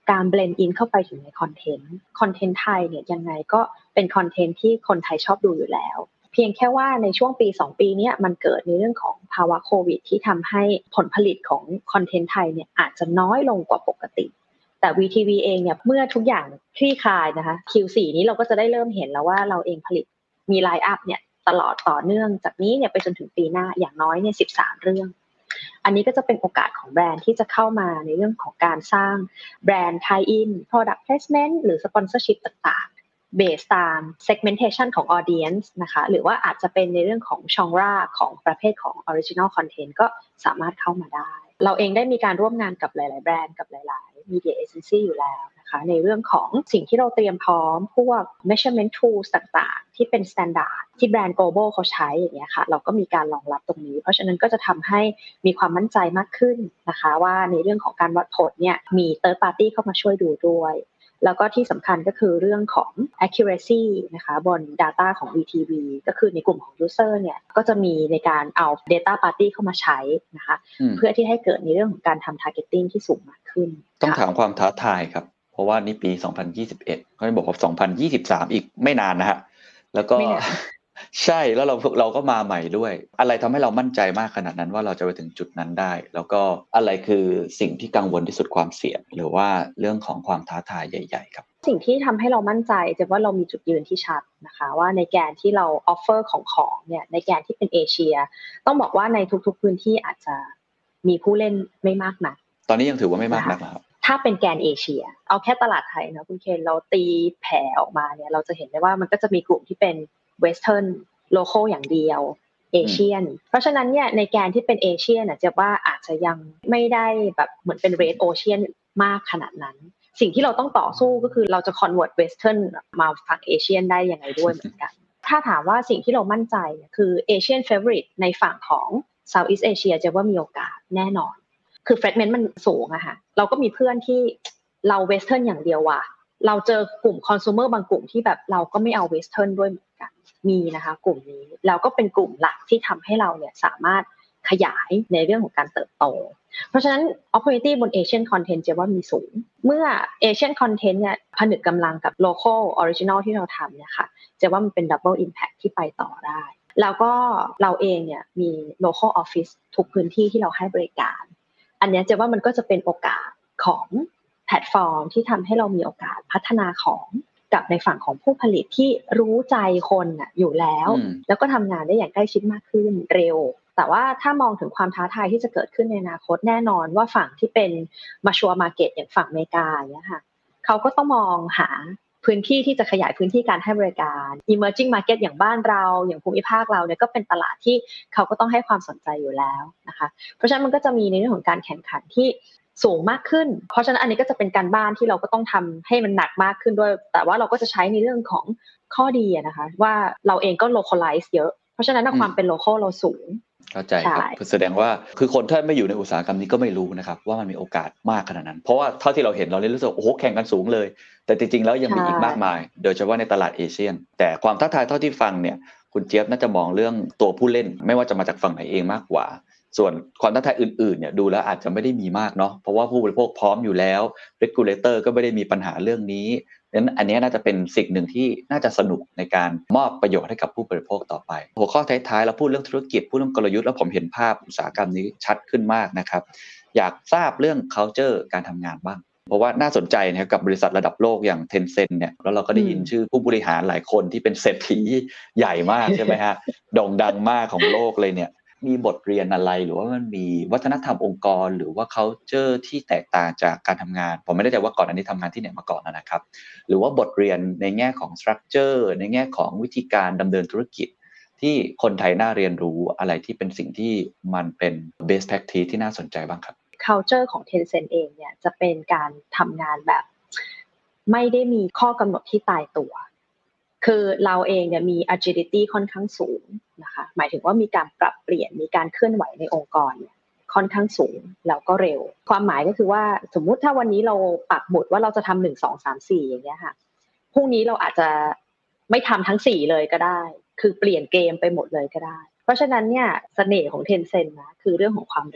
การเบลนด์อินเข้าไปถึงในคอนเทนต์ไทยเนี่ยยังไงก็เป็นคอนเทนต์ที่คนไทยชอบดูอยู่แล้วเพียงแค่ว่าในช่วงปี2ปีนี้มันเกิดในเรื่องของภาวะโควิดที่ทำให้ผลผลิตของคอนเทนต์ไทยเนี่ยอาจจะน้อยลงกว่าปกติแต่ VTV เองเนี่ยเมื่อทุกอย่างคลี่คลายนะคะ Q4 นี้เราก็จะได้เริ่มเห็นแล้วว่าเราเองผลิตมีไลน์อัพเนี่ยตลอดต่อเนื่องจากนี้เนี่ยไปจนถึงปีหน้าอย่างน้อยเนี่ย13เรื่องอันนี้ก็จะเป็นโอกาสของแบรนด์ที่จะเข้ามาในเรื่องของการสร้างแบรนด์ tie in product placement หรือ sponsorship ต่างๆ based ตาม segmentation ของ audience นะคะหรือว่าอาจจะเป็นในเรื่องของ genre ของประเภทของ original content ก็สามารถเข้ามาได้เราเองได้มีการร่วมงานกับหลายๆแบรนด์กับหลายๆ media agency อยู่แล้วนะคะในเรื่องของสิ่งที่เราเตรียมพร้อมพวก measurement tools ต่างๆที่เป็น standard ที่แบรนด์ global เขาใช้อย่างเงี้ยค่ะเราก็มีการรองรับตรงนี้เพราะฉะนั้นก็จะทำให้มีความมั่นใจมากขึ้นนะคะว่าในเรื่องของการวัดผลเนี่ยมี third party เข้ามาช่วยดูด้วยแล้วก็ที่สำคัญก็คือเรื่องของ accuracy นะคะบน data ของ VTV ก็คือในกลุ่มของ user เนี่ยก็จะมีในการเอา data party เข้ามาใช้นะคะเพื่อที่ให้เกิดในเรื่องของการทำ targeting ที่สูงมากขึ้นต้องถามความท้าทายครับเพราะว่านี่ปี 2021เขาจะบอกว่า2023อีกไม่นานนะฮะแล้วก็ใช่แล้วเราก็มาใหม่ด้วยอะไรทำให้เรามั่นใจมากขนาดนั้นว่าเราจะไปถึงจุดนั้นได้แล้วก็อะไรคือสิ่งที่กังวลที่สุดความเสี่ยงหรือว่าเรื่องของความท้าทายใหญ่ๆครับสิ่งที่ทำให้เรามั่นใจจะว่าเรามีจุดยืนที่ชัดนะคะว่าในแกนที่เราออฟเฟอร์ของเนี่ยในแกนที่เป็นเอเชียต้องบอกว่าในทุกๆพื้นที่อาจจะมีผู้เล่นไม่มากนักตอนนี้ยังถือว่าไม่มากนักครับถ้าเป็นแกนเอเชียเอาแค่ตลาดไทยนะคุณเคนเราตีแผ่ออกมาเนี่ยเราจะเห็นได้ว่ามันก็จะมีกลุ่มที่เป็นเวสเทิร์นโลคอลอย่างเดียวเอเชียนเพราะฉะนั้นเนี่ยในแกนที่เป็นเอเชียนะจะว่าอาจจะยังไม่ได้แบบเหมือนเป็นเรดโอเชียนมากขนาดนั้นสิ่งที่เราต้องต่อสู้ก็คือเราจะ convert western มาฝั่งเอเชียนได้ยังไงด้วยเหมือนกันถ้าถามว่าสิ่งที่เรามั่นใจคือเอเชียน favorite ในฝั่งของ Southeast Asia จะว่ามีโอกาสแน่นอนคือ fragment มันสูงอะค่ะเราก็มีเพื่อนที่เราเวสเทิร์นอย่างเดียวว่ะเราเจอกลุ่มคอน sumer บางกลุ่มที่แบบเราก็ไม่เอาเวสเทิร์นด้วยเหมือนกันมีนะคะกลุ่มนี้แล้วก็เป็นกลุ่มหลักที่ทำให้เราเนี่ยสามารถขยายในเรื่องของการเติบโตเพราะฉะนั้น opportunity บน Asian content จะว่ามีสูงเมื่อ Asian content เนี่ยผนึกกำลังกับ local original ที่เราทำเนี่ยค่ะจะว่ามันเป็น double impact ที่ไปต่อได้แล้วก็เราเองเนี่ยมี local office ทุกพื้นที่ที่เราให้บริการอันนี้จะว่ามันก็จะเป็นโอกาสของแพลตฟอร์มที่ทำให้เรามีโอกาสพัฒนาของกับในฝั่งของผู้ผลิตที่รู้ใจคนอยู่แล้วแล้วก็ทำงานได้อย่างใกล้ชิดมากขึ้นเร็วแต่ว่าถ้ามองถึงความท้าทายที่จะเกิดขึ้นในอนาคตแน่นอนว่าฝั่งที่เป็น mature market อย่างฝั่งอเมริกาเนี่ยค่ะเขาก็ต้องมองหาพื้นที่ที่จะขยายพื้นที่การให้บริการ emerging market อย่างบ้านเราอย่างภูมิภาคเราเนี่ยก็เป็นตลาดที่เขาก็ต้องให้ความสนใจอยู่แล้วนะคะเพราะฉะนั้นมันก็จะมีในเรื่องของการแข่งขันที่สูงมากขึ้นเพราะฉะนั้นอันนี้ก็จะเป็นการบ้านที่เราก็ต้องทำให้มันหนักมากขึ้นด้วยแต่ว่าเราก็จะใช้ในเรื่องของข้อดีนะคะว่าเราเองก็ localize เยอะเพราะฉะนั้นความเป็น local เราสูงเข้าใจครับแสดงว่าคือคนถ้าไม่อยู่ในอุตสาหกรรมนี้ก็ไม่รู้นะครับว่ามันมีโอกาสมากขนาดนั้นเพราะว่าเท่าที่เราเห็นเราเลยรู้สึกโอ้โหแข่งกันสูงเลยแต่จริงๆแล้วยังมีอีกมากมายโดยเฉพาะในตลาดเอเชียแต่ความท้าทายเท่าที่ฟังเนี่ยคุณเจี๊ยบน่าจะมองเรื่องตัวผู้เล่นไม่ว่าจะมาจากฝั่งไหนเองมากกว่าส่วนความท้าทายอื่นๆเนี่ยดูแล้วอาจจะไม่ได้มีมากเนาะเพราะว่าผู้บริโภคพร้อมอยู่แล้ว regulator ก็ไม่ได้มีปัญหาเรื่องนี้นั้นอันนี้น่าจะเป็นสิ่งหนึ่งที่น่าจะสนุกในการมอบประโยชน์ให้กับผู้บริโภคต่อไปหัวข้อท้ายๆเราพูดเรื่องธุรกิจพูดเรื่องกลยุทธ์แล้วผมเห็นภาพอุตสาหกรรมนี้ชัดขึ้นมากนะครับอยากทราบเรื่อง culture การทำงานบ้างเพราะว่าน่าสนใจนะครับกับบริษัทระดับโลกอย่าง Tencent เนี่ยแล้วเราก็ได้ยินชื่อผู้บริหารหลายคนที่เป็นเศรษฐีใหญ่มากใช่ไหมฮะโด่งดังมากของโลกเลยเนี่ยมีบทเรียนอะไรหรือว่ามันมีวัฒนธรรมองค์กรหรือว่า culture ที่แตกต่างจากการทำงานผมไม่แน่ใจว่าก่อนอันนี้ทำงานที่ไหนมาก่อนนะครับหรือว่าบทเรียนในแง่ของ structure ในแง่ของวิธีการดำเนินธุรกิจที่คนไทยน่าเรียนรู้อะไรที่เป็นสิ่งที่มันเป็น best practice ที่น่าสนใจบ้างครับ culture ของ Tencent เองเนี่ยจะเป็นการทำงานแบบไม่ได้มีข้อกำหนดที่ตายตัวคือเราเองเนี่ยมี agility ค่อนข้างสูงนะคะหมายถึงว่ามีการปรับเปลี่ยนมีการเคลื่อนไหวในองค์กรเนี่ยค่อนข้างสูงแล้วก็เร็วความหมายก็คือว่าสมมุติถ้าวันนี้เราปักหมุดว่าเราจะทำ1 2 3 4อย่างเงี้ยค่ะพรุ่งนี้เราอาจจะไม่ทำทั้ง4เลยก็ได้คือเปลี่ยนเกมไปหมดเลยก็ได้เพราะฉะนั้นเนี่ยเสน่ห์ของ Tencent นะคือเรื่องของความเร็ว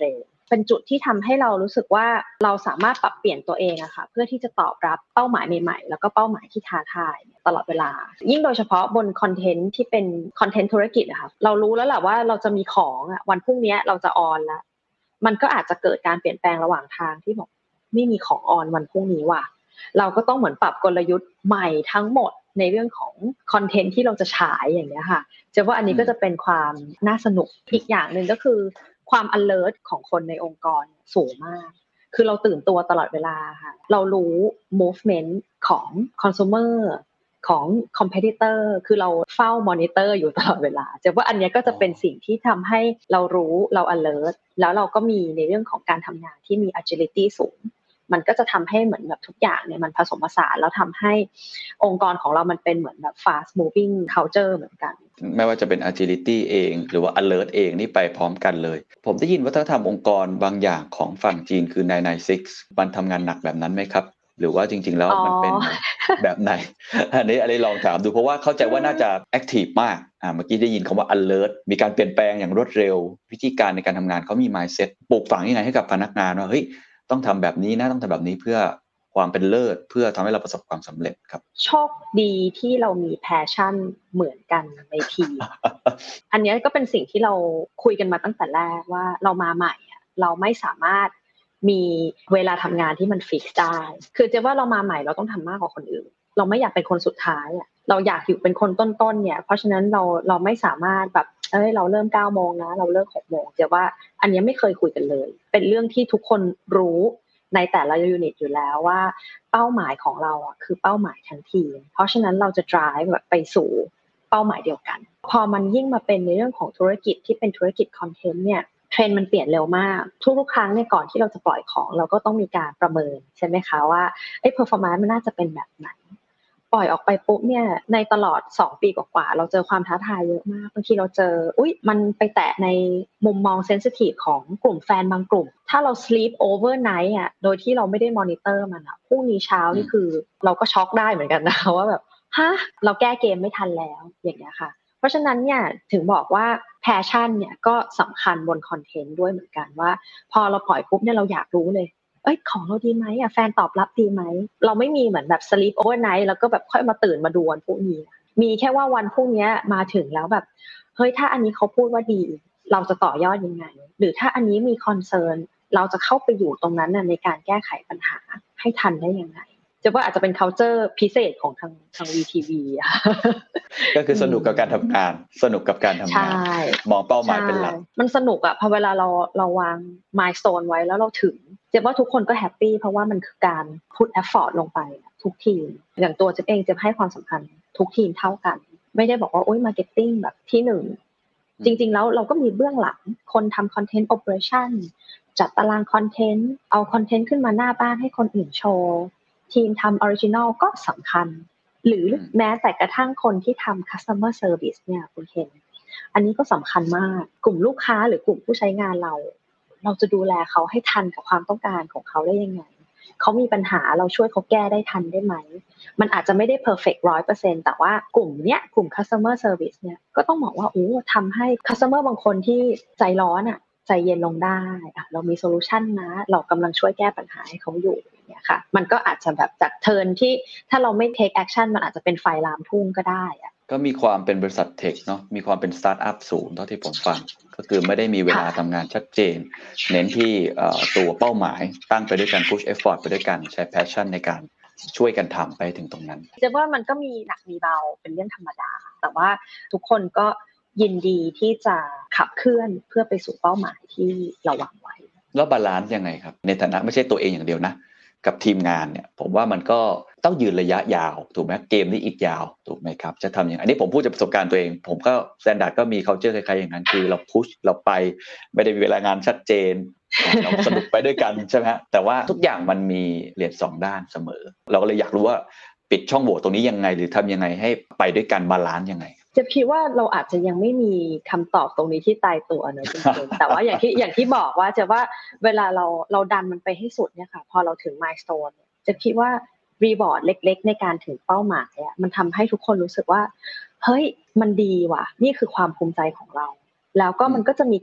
เป็นจุดที่ทำให้เรารู้สึกว่าเราสามารถปรับเปลี่ยนตัวเองอะค่ะเพื่อที่จะตอบรับเป้าหมายใหม่ๆแล้วก็เป้าหมายที่ท้าทายตลอดเวลายิ่งโดยเฉพาะบนคอนเทนต์ที่เป็นคอนเทนต์ธุรกิจอะค่ะเรารู้แล้วแหละว่าเราจะมีของอะวันพรุ่งนี้เราจะออนแล้วมันก็อาจจะเกิดการเปลี่ยนแปลงระหว่างทางที่บอกไม่มีของออนวันพรุ่งนี้ว่ะเราก็ต้องเหมือนปรับกลยุทธ์ใหม่ทั้งหมดในเรื่องของคอนเทนต์ที่เราจะฉายอย่างเงี้ยค่ะจะว่าอันนี้ก็จะเป็นความน่าสนุกอีกอย่างนึงก็คือความ alert ของคนในองค์กรสูงมากคือเราตื่นตัวตลอดเวลาค่ะเรารู้ movement ของ consumer ของ competitor คือเราเฝ้ามอนิเตอร์อยู่ตลอดเวลาจะว่าอันนี้ก็จะเป็นสิ่งที่ทำให้เรารู้เรา alert แล้วเราก็มีในเรื่องของการทำงานที่มี agility สูงมันก็จะทำให้เหมือนแบบทุกอย่างเนี่ยมันผสมผสานแล้วทำให้องค์กรของเรามันเป็นเหมือนแบบ fast moving culture เหมือนกันไม่ว่าจะเป็น agility เองหรือว่า alert เองนี่ไปพร้อมกันเลยผมได้ยินวัฒนธรรมองค์กรบางอย่างของฝั่งจีนคือ996มันทำงานหนักแบบนั้นไหมครับหรือว่าจริงๆแล้วมันเป็นแบบไหนอันนี้ลองถามดูเพราะว่าเข้าใจว่าน่าจะ active มากเมื่อกี้ได้ยินคำว่า alert มีการเปลี่ยนแปลงอย่างรวดเร็ววิธีการในการทำงานเขามี mindset ปลูกฝังยังไงให้กับพนักงานว่าเฮ้ยต้องทำแบบนี้นะต้องทำแบบนี้เพื่อความเป็นเลิศเพื่อทำให้เราประสบความสำเร็จครับโชคดีที่เรามีแพชชั่นเหมือนกันในทีม อันนี้ก็เป็นสิ่งที่เราคุยกันมาตั้งแต่แรกว่าเรามาใหม่เราไม่สามารถมีเวลาทำงานที่มันฟิกซ์ได้คือจะว่าเรามาใหม่เราต้องทำมากกว่าคนอื่นเราไม่อยากเป็นคนสุดท้ายเราอยากอยู่เป็นคนต้นๆเนี่ยเพราะฉะนั้นเราไม่สามารถแบบเราเริ่ม 9 โมงนะเราเลิก 6 โมงจะว่าอันนี้ไม่เคยคุยกันเลยเป็นเรื่องที่ทุกคนรู้ในแต่ละยูนิตอยู่แล้วว่าเป้าหมายของเราคือเป้าหมายทั้งทีมเพราะฉะนั้นเราจะ drive แบบไปสู่เป้าหมายเดียวกันพอมันยิ่งมาเป็นในเรื่องของธุรกิจที่เป็นธุรกิจคอนเทนต์เนี่ยเทรนด์มันเปลี่ยนเร็วมากทุกๆครั้งเนี่ยก่อนที่เราจะปล่อยของเราก็ต้องมีการประเมินใช่ไหมคะว่าperformance มันน่าจะเป็นแบบไหนปล่อยออกไปปุ๊บเนี่ยในตลอด2 ปีกว่าๆเราเจอความท้าทายเยอะมากบางทีเราเจอมันไปแตะในมุมมองเซนซิทีฟของกลุ่มแฟนบางกลุ่มถ้าเรา sleep overnight โดยที่เราไม่ได้มอนิเตอร์มันพรุ่งนี้เช้านี่คือเราก็ช็อกได้เหมือนกันนะว่าแบบฮะเราแก้เกมไม่ทันแล้วอย่างเงี้ยค่ะเพราะฉะนั้นเนี่ยถึงบอกว่าแพชชั่นเนี่ยก็สำคัญบนคอนเทนต์ด้วยเหมือนกันว่าพอเราปล่อยปุ๊บเนี่ยเราอยากรู้เลยของเราดีไหมแฟนตอบรับดีไหมเราไม่มีเหมือนแบบ sleep overnight แล้วก็แบบค่อยมาตื่นมาดูวันพรุ่งนี้มีแค่ว่าวันพรุ่งนี้มาถึงแล้วแบบเฮ้ยถ้าอันนี้เขาพูดว่าดีเราจะต่อยอดยังไงหรือถ้าอันนี้มีคอนเซิร์นเราจะเข้าไปอยู่ตรงนั้นในการแก้ไขปัญหาให้ทันได้ยังไงจะว่าอาจจะเป็น culture พิเศษของทาง VTV ก็คือสนุกกับการทำงานสนุกกับการทำงานมองเป้าหมายเป็นหลักมันสนุกพอเวลาเราวาง milestone ไว้แล้วเราถึงเจ๊ว่าทุกคนก็แฮปปี้เพราะว่ามันคือการ put effort ลงไปทุกทีมอย่างตัวเจ๊เองเจ๊ให้ความสำคัญทุกทีมเท่ากันไม่ได้บอกว่าmarketing แบบที่1จริงๆแล้วเราก็มีเบื้องหลังคนทำ content operation จัดตารางคอนเทนต์เอาคอนเทนต์ขึ้นมาหน้าบ้านให้คนอื่นโชว์ทีมทำออริจินอลก็สำคัญหรือแม้แต่กระทั่งคนที่ทำ customer service เนี่ยคุณเคนอันนี้ก็สำคัญมากกลุ่มลูกค้าหรือกลุ่มผู้ใช้งานเราจะดูแลเขาให้ทันกับความต้องการของเขาได้ยังไงเขามีปัญหาเราช่วยเขาแก้ได้ทันได้ไหมมันอาจจะไม่ได้ perfect 100% แต่ว่ากลุ่มเนี้ยกลุ่ม customer service เนี่ยก็ต้องบอกว่าทำให้ customer บางคนที่ใจร้อนใจเย็นลงได้เรามีโซลูชันนะเรากำลังช่วยแก้ปัญหาให้เขาอยู่เนี่ยค่ะมันก็อาจจะแบบจากเทิร์นที่ถ้าเราไม่ take action มันอาจจะเป็นไฟลามทุ่งก็ได้ก็มีความเป็นบริษัทเทคเนาะมีความเป็นสตาร์ทอัพสูงเท่าที่ผมฟังก็คือไม่ได้มีเวลาทำงานชัดเจนเน้นที่ตัวเป้าหมายตั้งไปด้วยกัน push effort ไปด้วยกันใช้ passion ในการช่วยกันทำไปถึงตรงนั้นจะว่ามันก็มีหนักมีเบาเป็นเรื่องธรรมดาแต่ว่าทุกคนก็ยินดีที่จะขับเคลื่อนเพื่อไปสู่เป้าหมายที่เราวางไว้แล้วบาลานซ์ยังไงครับในฐานะไม่ใช่ตัวเองอย่างเดียวนะกับทีมงานเนี่ยผมว่ามันก็ต้องยืนระยะยาวถูกไหมเกมนี้อีกยาวถูกไหมครับจะทำอย่างอันนี้ผมพูดจากประสบการณ์ตัวเองผมก็สแตนดาร์ดก็มี culture คล้ายๆอย่างนั้นคือเราพุชเราไปไม่ได้มีเวลางานชัดเจนเราสนุกไปด้วยกันใช่ไหมแต่ว่าทุกอย่างมันมีเหรียญ2ด้านเสมอเราก็เลยอยากรู้ว่าปิดช่องโหว่ตรงนี้ยังไงหรือทำยังไงให้ไปด้วยกันบาลานซ์ยังไงจะคิดว่าเราอาจจะยังไม่มีคำตอบตรงนี้ที่ตายตัวนะจริงๆแต่ว่าอย่างที่บอกว่าจะว่าเวลาเราดันมันไปให้สุดเนี่ยค่ะพอเราถึง milestone จะคิดว่า reward เล็กๆในการถึงเป้าหมายมันทำให้ทุกคนรู้สึกว่าเฮ้ยมันดีว่ะนี่คือความภูมิใจของเราแล้วก็มันก็จะมีแก็ป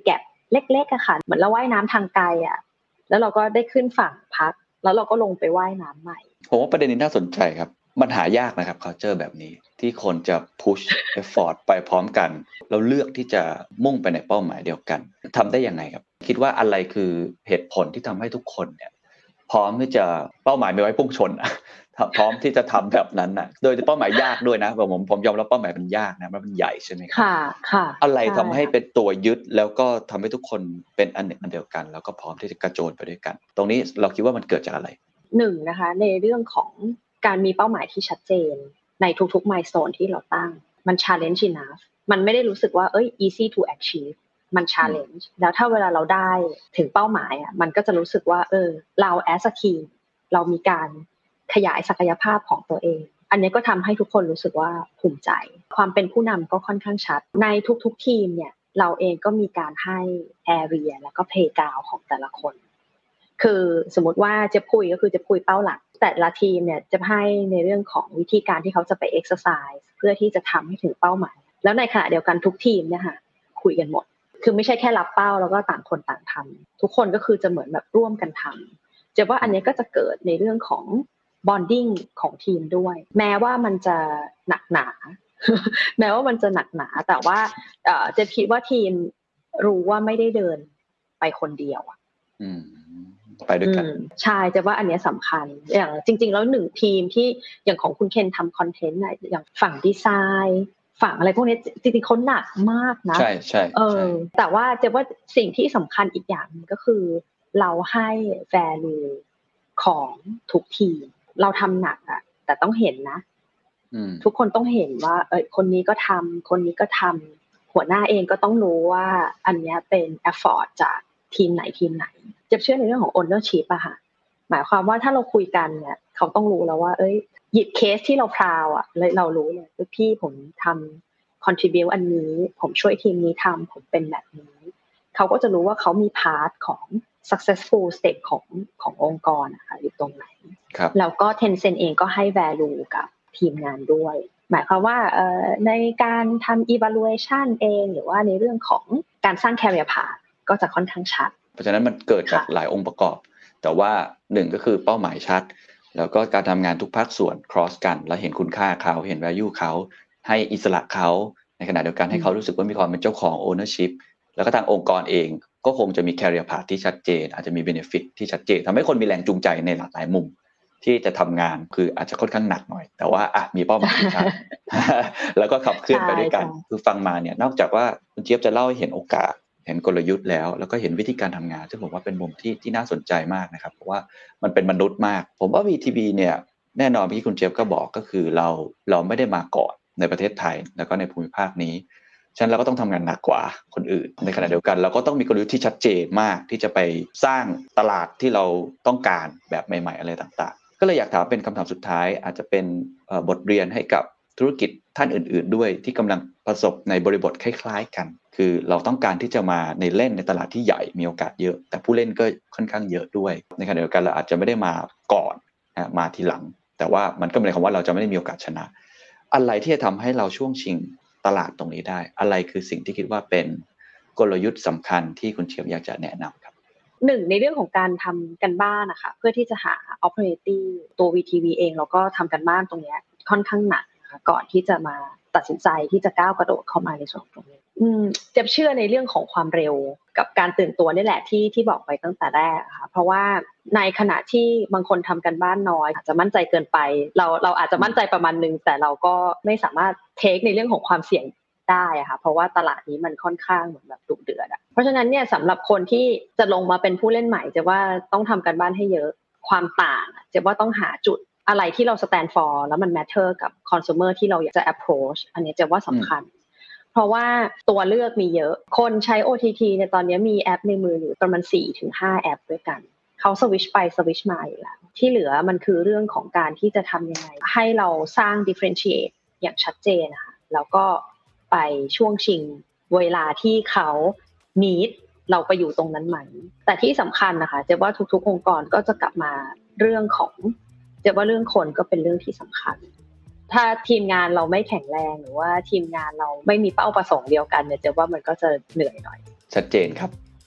เล็กๆอะค่ะเหมือนเราว่ายน้ำทางไกลอะแล้วเราก็ได้ขึ้นฝั่งพักแล้วเราก็ลงไปว่ายน้ำใหม่ผมว่าประเด็นนี้น่าสนใจครับมันหายากนะครับ culture แบบนี้ที่คนจะ push effort ไปพร้อมกันแล้วเลือกที่จะมุ่งไปในเป้าหมายเดียวกันทำได้ยังไงครับคิดว่าอะไรคือเหตุผลที่ทำให้ทุกคนเนี่ยพร้อมที่จะเป้าหมายไม่ไว้พุ่งชนพร้อมที่จะทำแบบนั้นนะโดยเป้าหมายยากด้วยนะผมยอมรับเป้าหมายมันยากนะมันใหญ่ใช่ไหมครับค่ะอะไรทำให้เป็นตัวยึดแล้วก็ทำให้ทุกคนเป็นอันหนึ่งอันเดียวกันแล้วก็พร้อมที่จะกระโจนไปด้วยกันตรงนี้เราคิดว่ามันเกิดจากอะไรหนึ่งนะคะในเรื่องของการมีเป้าหมายที่ชัดเจนในทุกๆ milestone ที่เราตั้งมัน challenge enough มันไม่ได้รู้สึกว่าeasy to achieve มัน challenge แล้วถ้าเวลาเราได้ถึงเป้าหมายอ่ะมันก็จะรู้สึกว่าเรา as a team เรามีการขยายศักยภาพของตัวเองอันนี้ก็ทำให้ทุกคนรู้สึกว่าภูมิใจความเป็นผู้นำก็ค่อนข้างชัดในทุกๆทีมเนี่ยเราเองก็มีการให้ area แล้วก็ playground ของแต่ละคนคือสมมติว่าจะคุยก็คือจะคุยเป้าหลักแต่ละทีมเนี่ยจะให้ในเรื่องของวิธีการที่เขาจะไป exercise เพื่อที่จะทำให้ถึงเป้าหมายแล้วในขณะเดียวกันทุกทีมเนี่ยค่ะคุยกันหมดคือไม่ใช่แค่รับเป้าแล้วก็ต่างคนต่างทำทุกคนก็คือจะเหมือนแบบร่วมกันทำจะว่าอันนี้ก็จะเกิดในเรื่องของ bonding ของทีมด้วยแม้ว่ามันจะหนักหนา แม้ว่ามันจะหนักหนาแต่ว่าจะคิดว่าทีมรู้ว่าไม่ได้เดินไปคนเดียวไปด้วยกันใช่จะว่าอันนี้สำคัญอย่างจริงๆแล้วหนึ่งทีมที่อย่างของคุณเคนทำคอนเทนต์น่ะอย่างฝั่งดีไซน์ฝั่งอะไรพวกนี้จริงๆเขาหนักมากนะใช่ใช่แต่ว่าจะว่าสิ่งที่สำคัญอีกอย่างนึงก็คือเราให้ value ของทุกทีมเราทำหนักอะแต่ต้องเห็นนะทุกคนต้องเห็นว่าคนนี้ก็ทำคนนี้ก็ทำหัวหน้าเองก็ต้องรู้ว่าอันนี้เป็น effort จากทีมไหนจะเชื่อในเรื่องของ ownership อะค่ะหมายความว่าถ้าเราคุยกันเนี่ยเขาต้องรู้แล้วว่าหยิบเคสที่เราพราวอะเลยเรารู้เลยพี่ผมทำ contribute อันนี้ผมช่วยทีมนี้ทำผมเป็นแบบนี้เขาก็จะรู้ว่าเขามีพาร์ทของ successful step ขององค์กรนะคะอยู่ตรงไหนแล้วก็ Tencent เองก็ให้ value กับทีมงานด้วยหมายความว่าในการทำ evaluation เองหรือว่าในเรื่องของการสร้าง career path ก็จะค่อนข้างชัดเพราะฉะนั้นมันเกิดจากหลายองค์ประกอบแต่ว่าหนึ่งก็คือเป้าหมายชัดแล้วก็การทำงานทุกภาคส่วน cross กันแล้วเห็นคุณค่าเขาเห็น value เขาให้อิสระเขาในขณะเดียวกันให้เขารู้สึกว่ามีความเป็นเจ้าของ ownership แล้วก็ทางองค์กรเองก็คงจะมี career path ที่ชัดเจนอาจจะมี benefit ที่ชัดเจนทำให้คนมีแรงจูงใจในหลากหลายมุมที่จะทำงานคืออาจจะค่อนข้างหนักหน่อยแต่ว่ามีเป้าหมายชัด แล้วก็ขับเคลื่อนไปด้วยกันคือฟังมาเนี่ยนอกจากว่าคุณเจี๊ยบจะเล่าให้เห็นโอกาสเห็นกลยุทธ์แล้วก็เห็นวิธีการทำงานซึ่งผมว่าเป็นมุมที่น่าสนใจมากนะครับเพราะว่ามันเป็นมนุษย์มากผมว่า VTB เนี่ยแน่นอนที่คุณเจี๊ยบก็บอกก็คือเราไม่ได้มาก่อนในประเทศไทยแล้วก็ในภูมิภาคนี้ฉะนั้นเราก็ต้องทำงานหนักกว่าคนอื่นในขณะเดียวกันเราก็ต้องมีกลยุทธ์ที่ชัดเจนมากที่จะไปสร้างตลาดที่เราต้องการแบบใหม่ๆอะไรต่างๆก็เลยอยากถามเป็นคำถามสุดท้ายอาจจะเป็นบทเรียนให้กับธุรกิจท่านอื่นๆด้วยที่กำลังประสบในบริบทคล้ายๆกันคือเราต้องการที่จะมาเล่นในตลาดที่ใหญ่มีโอกาสเยอะแต่ผู้เล่นก็ค่อนข้างเยอะด้วยในขณะเดียวกันเราอาจจะไม่ได้มาก่อนมาทีหลังแต่ว่ามันก็หมายความว่าเราจะไม่ได้มีโอกาสชนะอะไรที่จะทำให้เราช่วงชิงตลาดตรงนี้ได้อะไรคือสิ่งที่คิดว่าเป็นกลยุทธ์สำคัญที่คุณเชียบอยากจะแนะนำครับหนึ่งในเรื่องของการทำกันบ้านนะคะเพื่อที่จะหา opportunity ตัว VTV เองเราก็ทำกันบ้านตรงนี้ค่อนข้างหนักนะคะก่อนที่จะมาตัดสินใจที่จะก้าวกระโดดเข้ามาในส่วนตรงนี้จะเชื่อในเรื่องของความเร็วกับการตื่นตัวนี่แหละที่บอกไปตั้งแต่แรกค่ะเพราะว่าในขณะที่บางคนทำกันบ้านน้อยอาจจะมั่นใจเกินไปเราอาจจะมั่นใจประมาณนึงแต่เราก็ไม่สามารถเทคในเรื่องของความเสี่ยงได้อะค่ะเพราะว่าตลาดนี้มันค่อนข้างเหมือนแบบดุเดือดเพราะฉะนั้นเนี่ยสำหรับคนที่จะลงมาเป็นผู้เล่นใหม่จะว่าต้องทำกันบ้านให้เยอะความต่างจะว่าต้องหาจุดอะไรที่เรา stand for แล้วมัน matter กับ consumer ที่เราอยากจะ approach อันนี้จะว่าสำคัญเพราะว่าตัวเลือกมีเยอะคนใช้ OTT เนี่ยตอนนี้มีแอปในมืออยู่ประมาณ 4-5 แอปด้วยกันเขาสวิชไปสวิชมาอยู่แล้วที่เหลือมันคือเรื่องของการที่จะทำยังไงให้เราสร้าง differentiate อย่างชัดเจนนะคะแล้วก็ไปช่วงชิงเวลาที่เขา need เราไปอยู่ตรงนั้นไหมแต่ที่สำคัญนะคะจะว่าทุกๆองค์กรก็จะกลับมาเรื่องของจะว่าเรื่องคนก็เป็นเรื่องที่สำคัญถ้าทีมงานเราไม่แข็งแรงหรือว่าทีมงานเราไม่มีเป้าประสงค์เดียวกันเนี่ยจะว่ามันก็จะเหนื่อยหน่อยชัดเจนครับ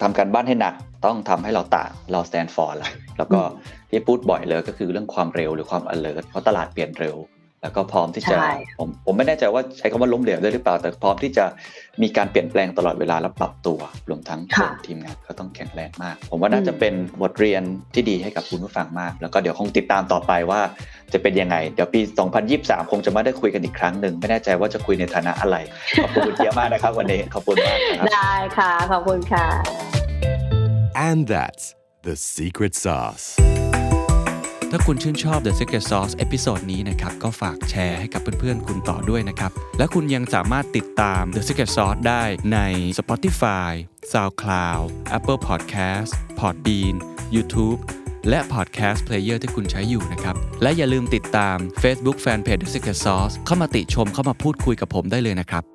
ทำการบ้านให้หนักต้องทำให้เราต่างเรา stand for อะไรแล้วก็ที่พูดบ่อยเลยก็คือเรื่องความเร็วหรือความ alert เพราะตลาดเปลี่ยนเร็วแล้วก็พร้อมที่จะผมไม่แน่ใจว่าใช้คำว่าล้มเหลวได้หรือเปล่าแต่พร้อมที่จะมีการเปลี่ยนแปลงตลอดเวลาและปรับตัวรวมทั้งทีมงานก็ต้องแข็งแรงมากผมว่าน่าจะเป็นบทเรียนที่ดีให้กับคุณผู้ฟังมากแล้วก็เดี๋ยวคงติดตามต่อไปว่าจะเป็นยังไงเดี๋ยวปี 2023 คงจะมาได้คุยกันอีกครั้งหนึ่งไม่แน่ใจว่าจะคุยในฐานะอะไรขอบคุณคุณเจี๊ยบมากนะครับวันนี้ขอบคุณมากครับได้ค่ะขอบคุณค่ะ And that's the secret sauce ถ้าคุณชื่นชอบ The Secret Sauce เอพิโซดนี้นะครับก็ฝากแชร์ให้กับเพื่อนๆคุณต่อด้วยนะครับและคุณยังสามารถติดตาม The Secret Sauce ได้ใน Spotify, SoundCloud, Apple Podcast, Podbean, YouTube และ Podcast Player ที่คุณใช้อยู่นะครับและอย่าลืมติดตาม Facebook Fanpage The Secret Sauce เข้ามาติชมเข้ามาพูดคุยกับผมได้เลยนะครับ